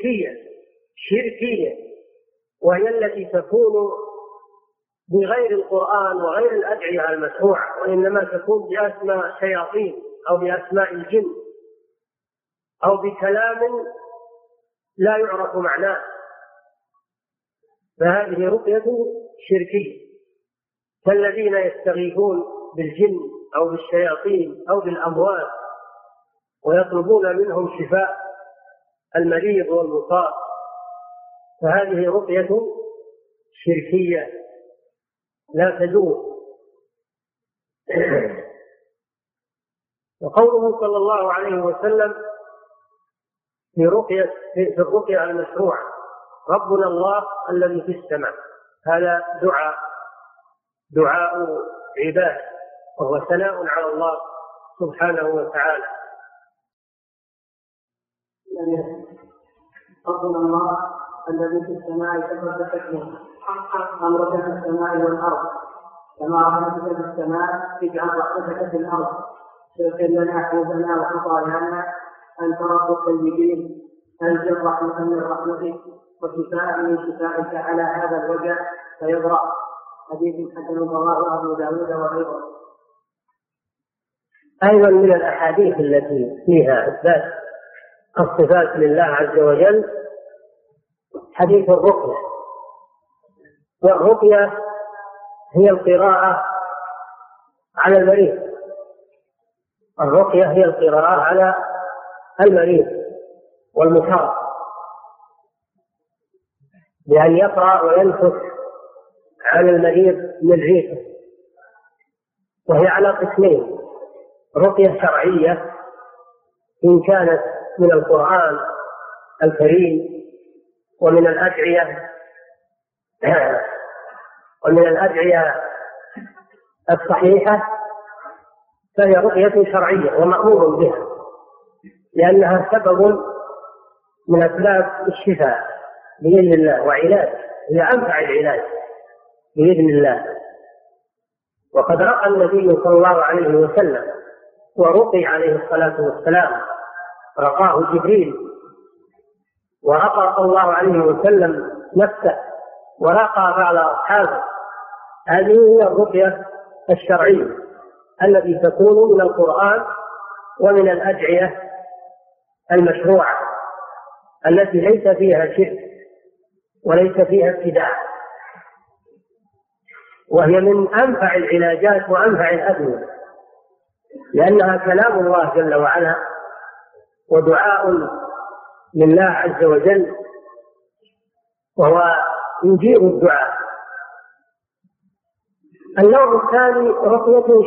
شركية، وهي التي تكون بغير القرآن وغير الأدعية المشروعة، وإنما تكون بأسماء الشياطين أو بأسماء الجن أو بكلام لا يعرف معناه، فهذه رقية شركية، كالذين يستغيثون بالجن أو بالشياطين أو بالأموات ويطلبون منهم شفاء المريض والمصاب، فهذه رقية شركية لا تجوز. وقوله صلى الله عليه وسلم في الرقية المشروعة ربنا الله الذي في السماء، هذا دعاء عباد، وهو ثناء على الله سبحانه وتعالى. ربنا الله الذي في السماء تقدس اسمه، امرك في السماء والارض، كما رحمتك في السماء اجعل رحمتك في الارض، اغفر لنا حوبنا وخطايانا، انت رب الطيبين، انزل رحمه من رحمتك وشفاء من شفائك على هذا الوجع فيبرأ. حديث حسن رواه ابو داود وغيره. ايضا من الاحاديث التي فيها اثبات الصفات لله عز وجل حديث الرقية. والرقية هي القراءة على المريض، الرقية هي القراءة على المريض والمصاب، بأن يقرأ وينفث على المريض من ريقه، وهي على قسمين: رقية شرعية إن كانت من القرآن الكريم ومن الأدعية الصحيحة، فهي رقية شرعية ومأمور بها، لأنها سبب من أسباب الشفاء بإذن الله، وعلاج، هي أنفع العلاج بإذن الله. وقد رقى النبي صلى الله عليه وسلم ورقي عليه الصلاة والسلام، رقاه جبريل، ورقى صلى الله عليه وسلم نفسه ورقى بعض أصحابه. هذه هي الرقية الشرعية التي تكون من القرآن ومن الأدعية المشروعة التي ليس فيها شرك وليس فيها ابتداع، وهي من أنفع العلاجات وأنفع الأدوية، لأنها كلام الله جل وعلا ودعاء لله عز وجل، وهو يجيب الدعاء. النوع الثاني رقية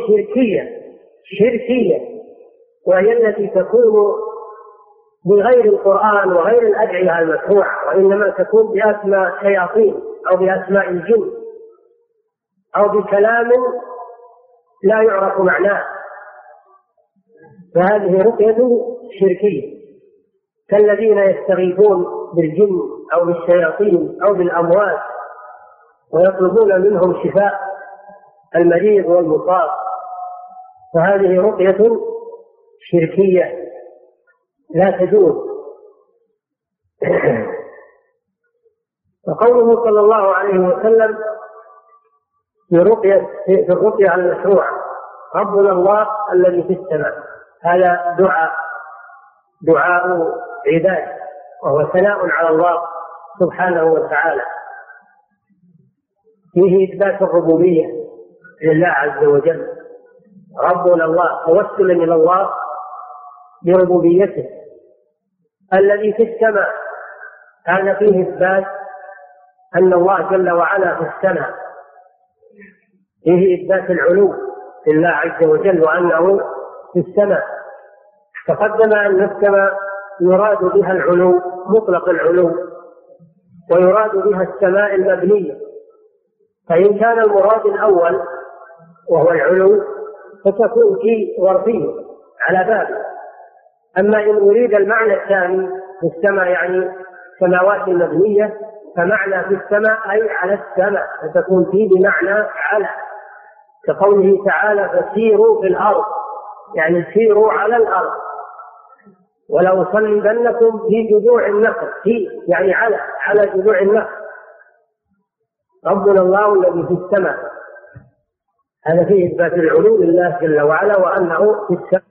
شركية، وهي التي تكون بغير القرآن وغير الأدعية المشروعة، وإنما تكون بأسماء شياطين أو بأسماء الجن أو بكلام لا يعرف معناه، فهذه رقية شركية، كالذين يستغيثون بالجن أو بالشياطين أو بالأموات ويطلبون منهم شفاء المريض والمصاب، فهذه رقية شركية لا تجوز. وقوله صلى الله عليه وسلم في الرقية المشروعة ربنا الله الذي في السماء، هذا دعاء عباد، وهو ثناء على الله سبحانه وتعالى، فيه إثبات الربوبية لله عز وجل. ربنا الله توسلا إلى الله بربوبيته. الذي في السماء، هذا فيه إثبات أن الله جل وعلا في السماء، فيه إثبات العلو لله عز وجل وأنه في السماء. تقدم أن السماء يراد بها العلو، مطلق العلو، ويراد بها السماء المبنية، فإن كان المراد الأول وهو العلو فتكون في ظرفية على بابه. أما إن أريد المعنى الثاني في السماء يعني سماوات مبنية، فمعنى في السماء أي على السماء، فتكون فيه بمعنى على، كقوله تعالى فسيروا في الأرض، يعني سيروا على الأرض، ولأصلبنكم في جذوع النخل، في يعني على جذوع النخل. ربنا الله الذي في السماء، هذا فيه إثبات العلو لله جل وعلا وأنه في السماء.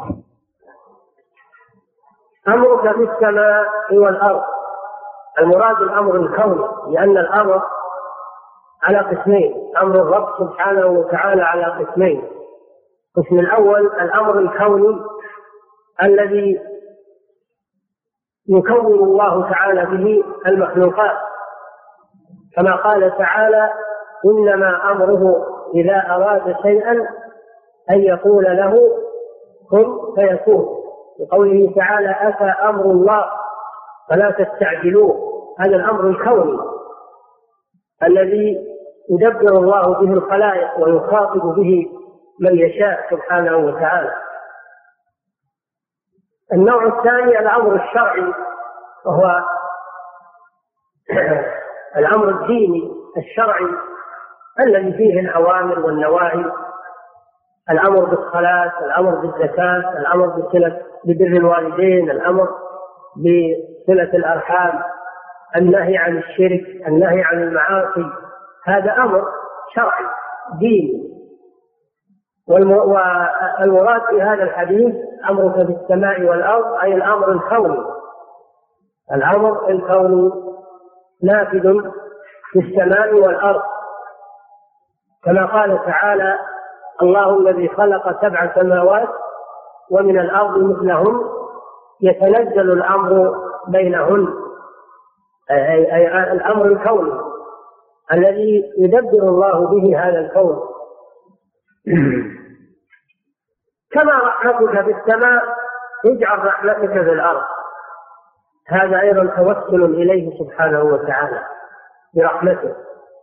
أمرك في السماء والأرض، المراد الأمر الكوني، لأن الأمر على قسمين، أمر الرب سبحانه وتعالى على قسمين. القسم الأول الأمر الكوني الذي يكون الله تعالى به المخلوقات، كما قال تعالى إنما أمره إذا أراد شيئا أن يقول له كن فيكون. بقوله تعالى أتى أمر الله فلا تستعجلوه، هذا الأمر الكوني الذي يدبر الله به الخلائق ويخاطب به من يشاء سبحانه وتعالى. النوع الثاني الأمر الشرعي، وهو الأمر الديني الشرعي الذي فيه الأوامر والنواهي، الأمر بالصلاة، الأمر بالزكاة، الأمر ببر الوالدين، الأمر بصلة الأرحام، النهي عن الشرك، النهي عن المعاصي، هذا أمر شرعي ديني. والمراد في هذا الحديث أمرك بالسماء والأرض، أي الأمر الكوني. الأمر الكوني نافذ في السماء والأرض، كما قال تعالى الله الذي خلق 7 سماوات ومن الأرض مثلهن يتنزل الأمر بينهن، أي الأمر الكوني الذي يدبر الله به هذا الكون. كما رحمتك في السماء اجعل رحمتك في الأرض، هذا أيضا توسل إليه سبحانه وتعالى برحمته.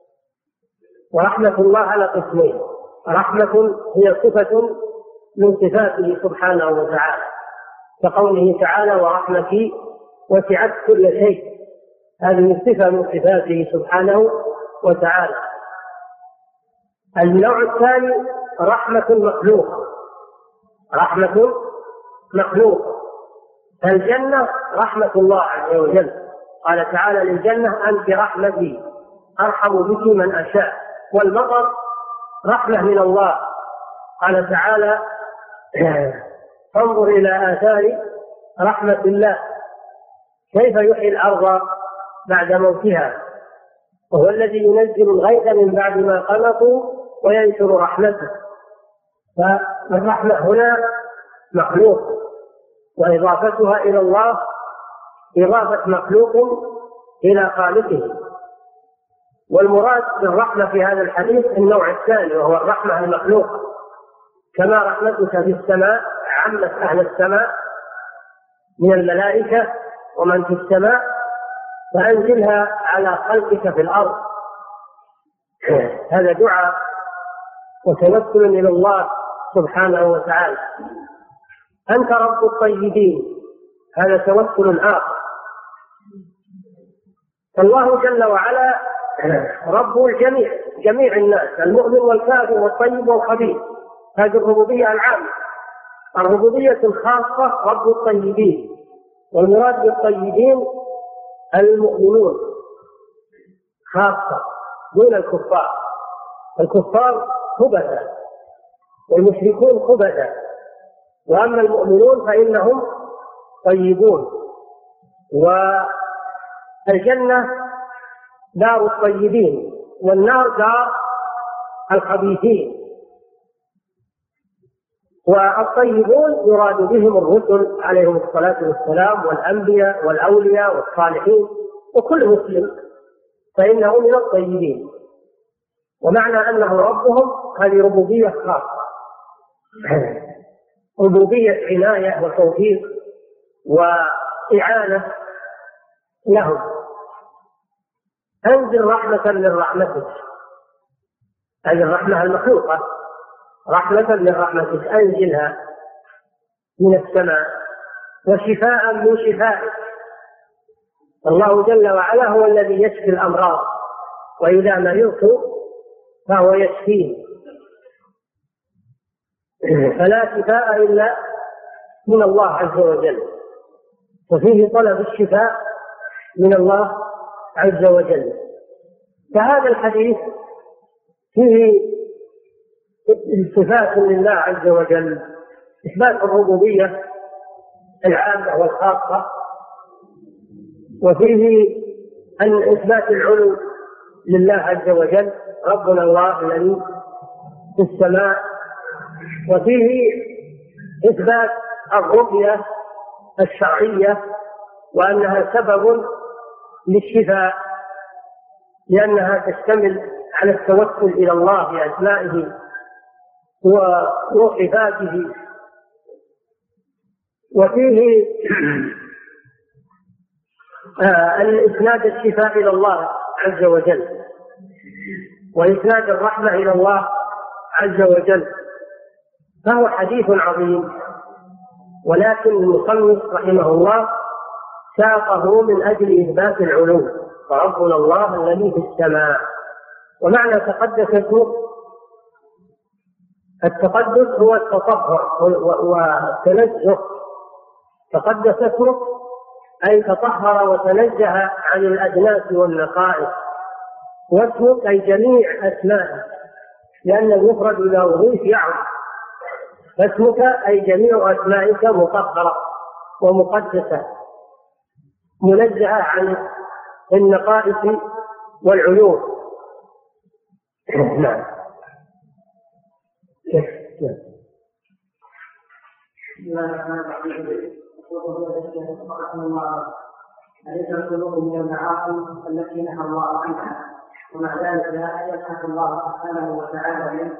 ورحمة الله على قسمين: رحمة هي صفة من صفاته سبحانه وتعالى، كقوله تعالى ورحمتي وسعت كل شيء، هذه صفة من صفاته سبحانه وتعالى. النوع الثاني رحمة مخلوقة، رحمة مخلوقة. الجنة رحمة الله عز وجل، قال تعالى للجنة أنت رحمتي أرحم بك من أشاء. والمطر رحمة من الله، قال تعالى انظر إلى آثار رحمة الله كيف يحيي الأرض بعد موتها، وهو الذي ينزل الغيث من بعد ما قنطوا وينشر رحمته. فالرحمة هنا مخلوق، وإضافتها إلى الله إضافة مخلوق إلى خالقه. والمراد بالرحمة في هذا الحديث النوع الثاني، وهو الرحمة المخلوقة. كما رحمتك في السماء عمت أهل السماء من الملائكة ومن في السماء، فأنزلها على خلقك في الأرض. هذا دعاء وتوسل إلى الله سبحانه وتعالى. أنت رب الطيبين، هذا توسل آخر. فالله جل وعلا رب الجميع، جميع الناس، المؤمن والكافر والطيب والخبيث، هذه الربوبية العامة. الربوبية الخاصة رب الطيبين، والمراد بالطيبين المؤمنون خاصة دون الكفار. الكفار خبثا والمشركون خبثا، وأما المؤمنون فإنهم طيبون. والجنة دار الطيبين والنار دار الخبيثين. والطيبون يراد بهم الرسل عليهم الصلاة والسلام والأنبياء والأولياء والصالحين، وكل مسلم فإنه من الطيبين. ومعنى أنه ربهم هذه ربوبية خاصة، ربوبية عناية وتوفيق وإعانة لهم. أنزل رحمة من رحمتك، هذه الرحمة المخلوقة، رحمة من رحمتك أنزلها من السماء، وشفاء من شفائك. الله جل وعلا هو الذي يشفي الأمراض، وإذا مرضت فهو يشفيه، فلا شفاء إلا من الله عز وجل، وفيه طلب الشفاء من الله عز وجل. فهذا الحديث فيه صفات لله عز وجل: إثبات الربوبية العامة والخاصة، وفيه أن إثبات العلو لله عز وجل، ربنا الله الذي في السماء، وفيه إثبات الرقية الشرعية وأنها سبب للشفاء، لأنها تشتمل على التوسل إلى الله بأسمائه وصفاته. وفيه الإسناد الشفاء إلى الله عز وجل، وإسناد الرحمة إلى الله عز وجل، فهو حديث عظيم. ولكن المصنف رحمه الله ساقه من أجل إثبات العلو، فربنا الله الذي في السماء. ومعنى تقدس اسمه، التقدس هو التطهر والتنزه. تقدس اسمه أي تطهر وتنزه عن الأدناس والنقائص، واسمك أي جميع أسمائه، لأن المفرد إذا أضيف يعم، فاسمك أي جميع أسمائك مطهرة ومقدسة منزهة عن النقائص والعيوب. نعم. أليس الخلق من المعاصي التي نهى الله عنها ومع ذلك لا يبحث الله سبحانه وتعالى منه؟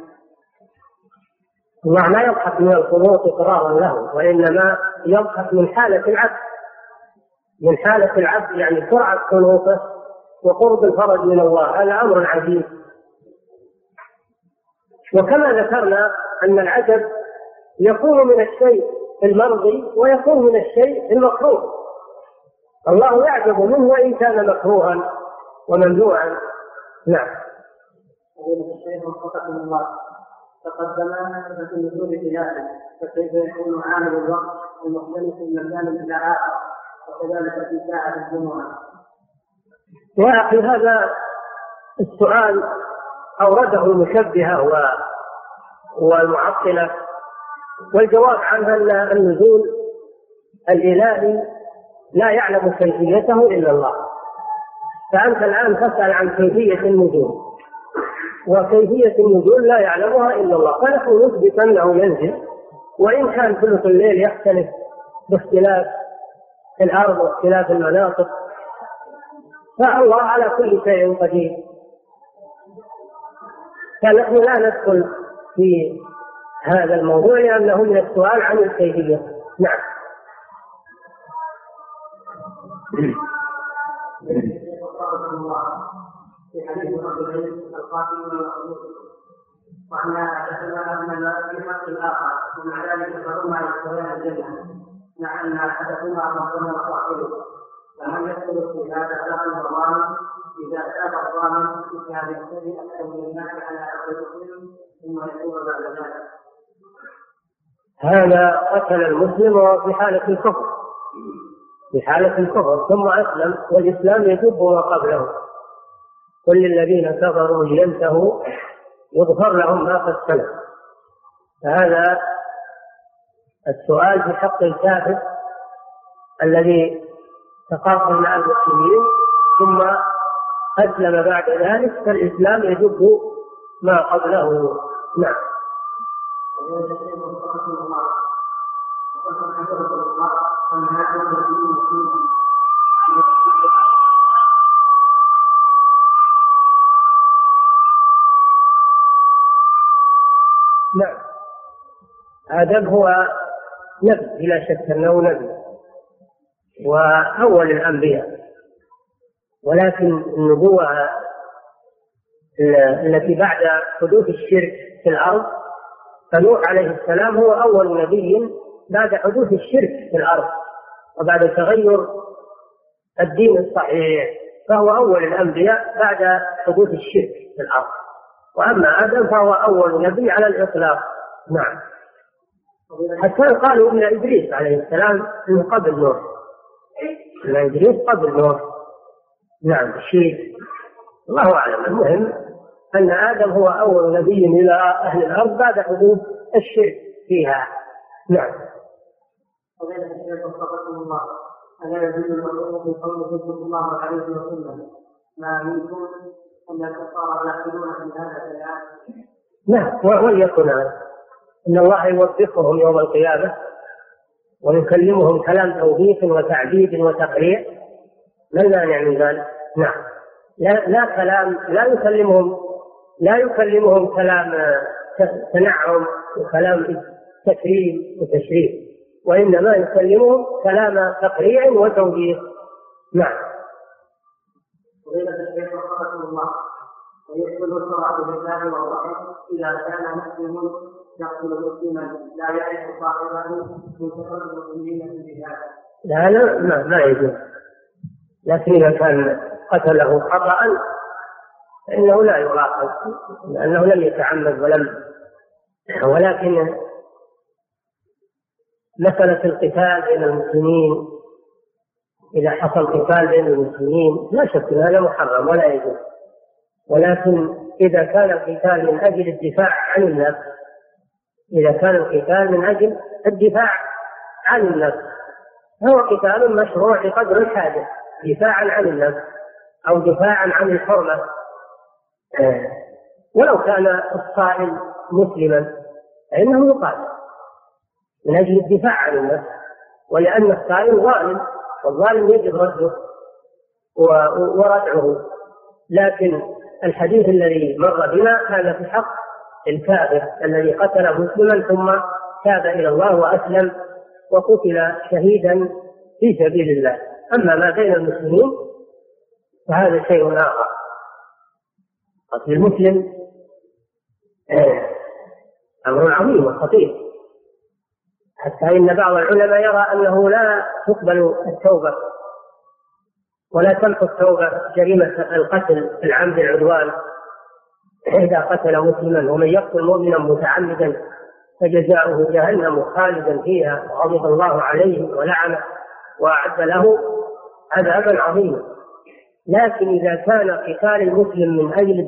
الله لا يبحث من الخلق إقرارا له، وإنما يبحث من حالة العبد، من حالة العبد، يعني سرعة خلوقه وقرب الفرج من الله. هذا أمر عجيب. وكما ذكرنا أن العجب يكون من الشيء المرضي ويكون من الشيء المكروه. الله يعجب منه وإن كان مكروها وممنوعا. نعم. الشيخ وفقكم الله، تقدم في نزول خلافه، فكيف يكون عامل الوقت المختلف من مكان إلى آخر، وكذلك في ساعة الجمعة؟ وأخي هذا السؤال أورده المشبهة والمعطلة، والجواب عنها أن النزول الإلهي لا يعلم كيفيته إلا الله. فأنت الآن تسأل عن كيفية النزول، وكيفية النزول لا يعلمها إلا الله، فنحن نثبت أنه ينزل، وإن كان ثلث الليل يختلف باختلاف الأرض واختلاف المناطق، فالله على كل شيء قدير. فنحن لا ندخل في هذا الموضوع لأنه من السؤال عن الكيفية. نعم. في حديث الرجلين القاتل والمقتول، وأنها حدثنا أن في حق الآخر، ومع ذلك فهما يدخلان الجنة مع أن أحدهما ربنا وصاحبه، فهل يدخل في هذا الآخر الظالم إذا تاب الظالم في هذه السنة أكثر من الناس على أرض المسلم ثم يتوب بعد ذلك؟ هذا قتل المسلم وهو في حالة الكفر، في حالة الكفر ثم أسلم، والإسلام يجب ما قبله. كل الذين كفروا لينتهوا يغفر لهم ما قد سلف. فهذا السؤال في حق الكافر الذي تقاتل مع المسلمين ثم أسلم بعد ذلك، فالإسلام يجب ما قبله. نعم. نعم. آدم هو نبي بلا شك أنه نبي وأول الأنبياء، ولكن النبوة التي بعد حدوث الشرك في الأرض، فنوح عليه السلام هو أول نبي بعد حدوث الشرك في الأرض وبعد تغير الدين الصحيح، فهو أول الأنبياء بعد حدوث الشرك في الأرض. وأما آدم فهو أول نبي على الإطلاق. نعم. حتى قالوا إن إدريس عليه السلام من قبل نوح، إن إدريس قبل نوح. نعم. الشيء الله أعلم. المهم أن آدم هو أول نبي إلى أهل الأرض بعد حدوث الشرك فيها. نعم. وغير الشيخ وفقكم الله، ألا يجوز المرء في قوله صلى الله عليه وسلم ما منكم أن الكفار يأخذون في هذا الكلام؟ نعم. وليكن إن الله يوفقهم يوم القيامة ويكلمهم كلام توبيخ وتعديد وتقريع، ما المانع من ذلك؟ نعم. لا كلام، لا يكلمهم كلام تنعم وكلام تكريم وتشريف، وإنما يكلمهم كلام تقريع وتوجيه. نعم. فضيلة الشيخ وفقكم الله، ويحصل الصلاة بالله والرحم إذا كان مسلم يقتل مسلما لا يعرف صاحبه من كفر المسلمين في الجهاد؟ لا ما يجوز، لكن إذا كان قتله خطأ فإنه لا يؤاخذ لأنه لم يتعمد ولكن مسألة القتال بين المسلمين، إذا حصل قتال بين المسلمين لا شك أن هذا محرم ولا يجوز، ولكن إذا كان القتال من أجل الدفاع عن النفس، إذا كان القتال من أجل الدفاع عن النفس هو قتال مشروع بقدر الحاجة، دفاعا عن النفس أو دفاعا عن الحرمة. ولو كان الصائل مسلما فإنه يقاتل من أجل الدفاع عن النفس، ولأن الصائل ظالم والظالم يجب رده وردعه. لكن الحديث الذي مر بنا كان في حق الكافر الذي قتل مسلما ثم تاب إلى الله وأسلم وقتل شهيدا في سبيل الله. أما ما بين المسلمين فهذا شيء آخر. قتل المسلم أمر عظيم وخطير، حتى إن بعض العلماء يرى أنه لا تقبل التوبة ولا تمحو التوبة جريمة القتل العمد العدوان إذا قتل مسلما، ومن يقتل مؤمنا متعمدا فجزاؤه جهنم خالدا فيها وغضب الله عليه ولعنه وأعد له عذابا عظيما. لكن إذا كان قتال المسلم من أجل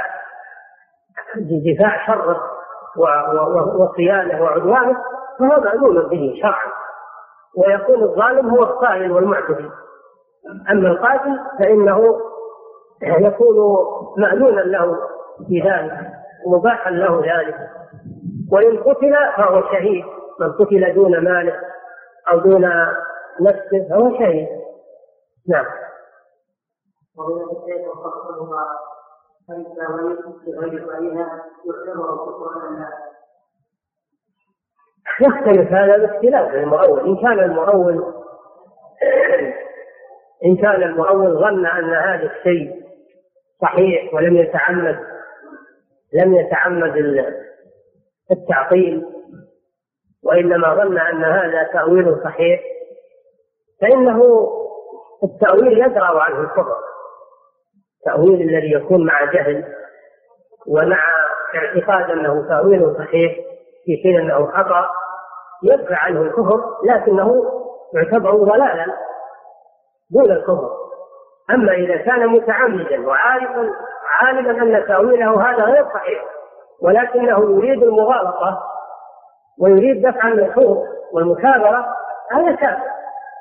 الدفاع شره وصيانه وعدوانه فهو مأذون به شرعا، ويكون الظالم هو الصائل والمعتدي. أما القاتل فإنه يكون مأذونا له في ذلك ومباحا له ذلك، وإن قتل فهو شهيد. من قتل دون ماله أو دون نفسه فهو شهيد. نعم. يختلف هذا باختلاف المؤول. إن كان المؤول ظن أن هذا الشيء صحيح ولم يتعمد التعطيل، وإنما ظن أن هذا تأويل صحيح، فإنه التأويل يدرأ عنه الكفر. التأويل الذي يكون مع جهل ومع اعتقاد أنه تأويل صحيح في حين أنه خطأ يدفع عنه الكفر، لكنه يعتبر ضلالا دون الكفر. أما إذا كان متعمدا وعالما أن تأويله هذا غير صحيح ولكنه يريد المغالطة ويريد دفع النفوذ والمكابرة، هذا كافر.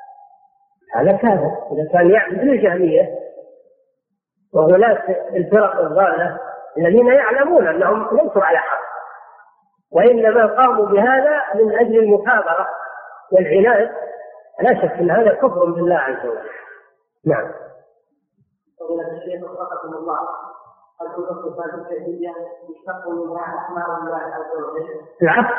إذا كان يعبد الجهمية وغلاة الفرق الضالة الذين يعلمون أنهم ليسوا على حق، وإنما قاموا بهذا من أجل المكابرة والعناد، لا شك أن هذا كفر بالله عز وجل. نعم. فضيلة الشيخ وفقكم الله، هل كتب الصفات الفعلية يشتق منها أسماء الله عز وجل؟ العكس،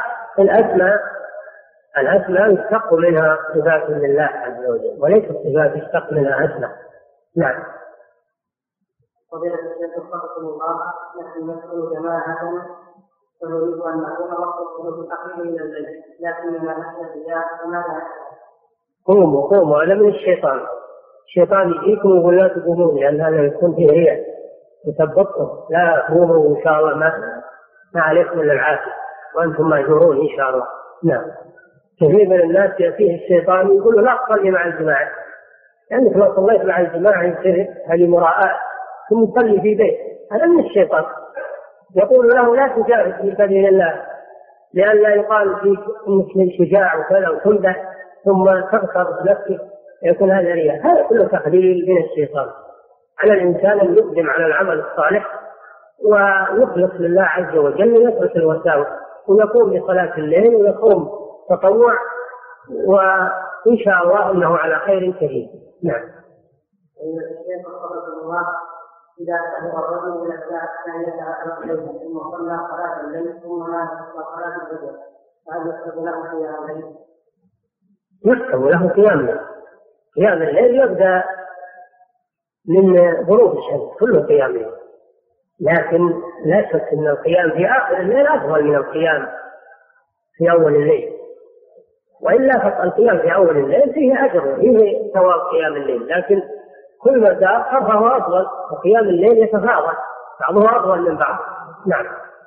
الأسماء يشتق منها صفات لله عز وجل، وليس الصفات يشتق منها أسماء. نعم. فضيلة الشيخ وفقكم الله، نحن نسأل جماعة فنريد أن نكون وقت الأخير إلى الليل، لكننا نحن الرياء فماذا؟ قوموا هذا من الشيطان يجيكم ويقول لا تقومون، لأن هذا يكون فيه رياء يثبطكم. لا قوموا إن شاء الله، ما عليكم إلا العافية وأنتم مأجورون إن شاء الله. نعم. كثير من الناس يأتيه الشيطان يقول لا تصلي مع الجماعة، لأنك لو صليت مع الجماعة يصير هذه مراءة ثم تصلي في بيت. هذا من الشيطان. يقول له لا تجاهد في سبيل الله لئلا يقال فيك انك شجاع وكذا وتمدح ثم تغتر نفسك، يكون هذا رياء. هذا كله تخليل من الشيطان. على الإنسان أن يقدم على العمل الصالح ويخلص لله عز وجل ويترك الوساوس ويقوم بصلاة الليل ويقوم تطوع، وإن شاء الله إنه على خير كثير. نعم. إذا سهر الرجل إلى الساعة الثانية عشرة الليل ثم صلى صلاة الليل ثم نام صلاة الفجر فهل يحسب له قيام الليل؟ يحسب له قيام الليل. قيام الليل يبدأ من غروب الشمس كله قيام الليل، لكن لا شك أن القيام في آخر الليل أفضل من القيام في أول الليل، وإلا فالقيام في أول الليل فيه أجر فيه ثواب قيام الليل، لكن كل ما تأخر فهو أفضل، وقيام الليل يتفاضل بعضه أفضل من بعض. نعم.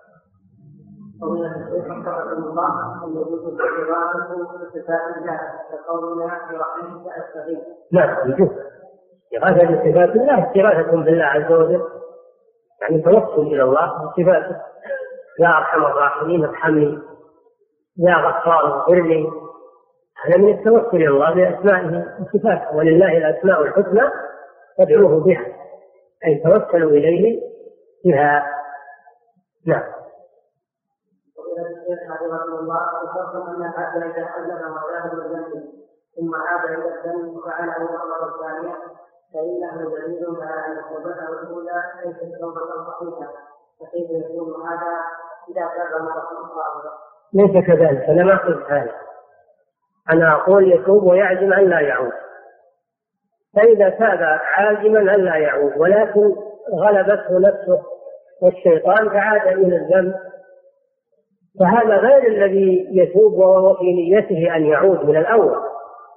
نعم يجوز إغاثة بصفات الله استغاثة بالله عز وجل، يعني توسل إلى الله بصفاته، يا أرحم الراحمين ارحمني، يا غفار اغفر لي، هذا من التوسل إلى الله بأسمائه وصفاته، ولله الأسماء الحسنى فادعوه بها، أي توسلوا إليه بها. نعم. ثم عاد إلى الذنب وفعله مرة ثانية فإنه دليل على أن توبته الأولى ليست توبة صحيحة، فكيف يكون هذا إذا تاب مرة أخرى؟ ليس كذلك، أنا ما قلت هذا، أنا أقول يتوب ويعزم أن لا يعود، فإذا تاب عازما أن لا يعود ولكن غلبته نفسه والشيطان فعاد إلى الذنب، فهذا غير الذي يتوب وهو في نيته أن يعود من الأول.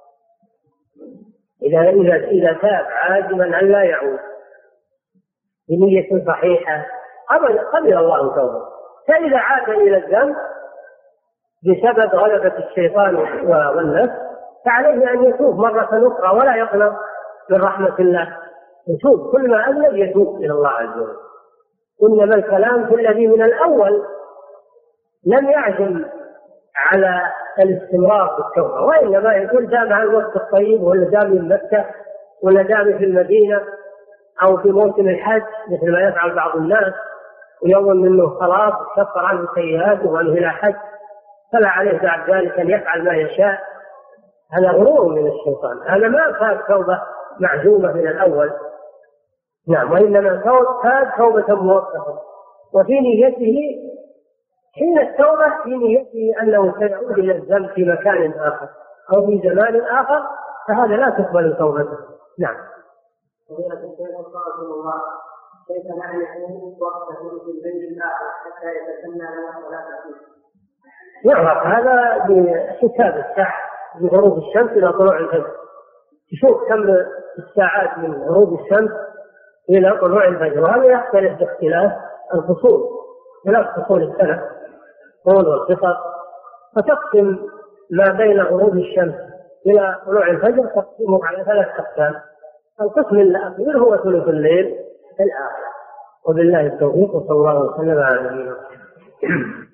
إذا تاب عازما أن لا يعود بنية صحيحة قبل الله توبه، فإذا عاد إلى الذنب بسبب غلبة الشيطان والنفس فعليه أن يتوب مرة أخرى ولا يقنط من رحمة الله، يتوب كل ما أذنب يتوب إلى الله عز وجل. إنما الكلام في الذي من الأول لم يعزم على الاستمرار في التوبة، وإنما يقول دام على الوقت الطيب، ولا دام من مكة، ولا دام في المدينة، أو في موسم الحج مثل ما يفعل بعض الناس ويظن منه خلاص كفر عنه سيئاته وأنه إلى حج، فلا عليه بعد ذلك أن يفعل ما يشاء. هذا غرور من الشيطان، هذا ما كان توبة معزومة من الأول. نعم، وإنما كان توبة موقفة، وفي نيته حين التوبة في نيته أنه سيعود إلى الذنب في مكان آخر أو في زمان آخر، فهذا لا تقبل توبته. نعم. فضيلة الشيخ رحمه الله، كيف نعرف وقت ثلث الليل الآخر حتى يتسنى لنا الصلاة فيه؟ يعرف هذا بحساب الساعة من غروب الشمس إلى طلوع الفجر، تشوف كم الساعات من غروب الشمس إلى طلوع الفجر، وهذا يختلف باختلاف الفصول، ثلاث فصول السنة طول والقصر، فتقسم ما بين غروب الشمس إلى طلوع الفجر تقسمه على ثلاث أقسام. القسم الأخير هو ثلث الليل الآخر، وبالله التوفيق، وصلى الله وسلم على نبينا محمد.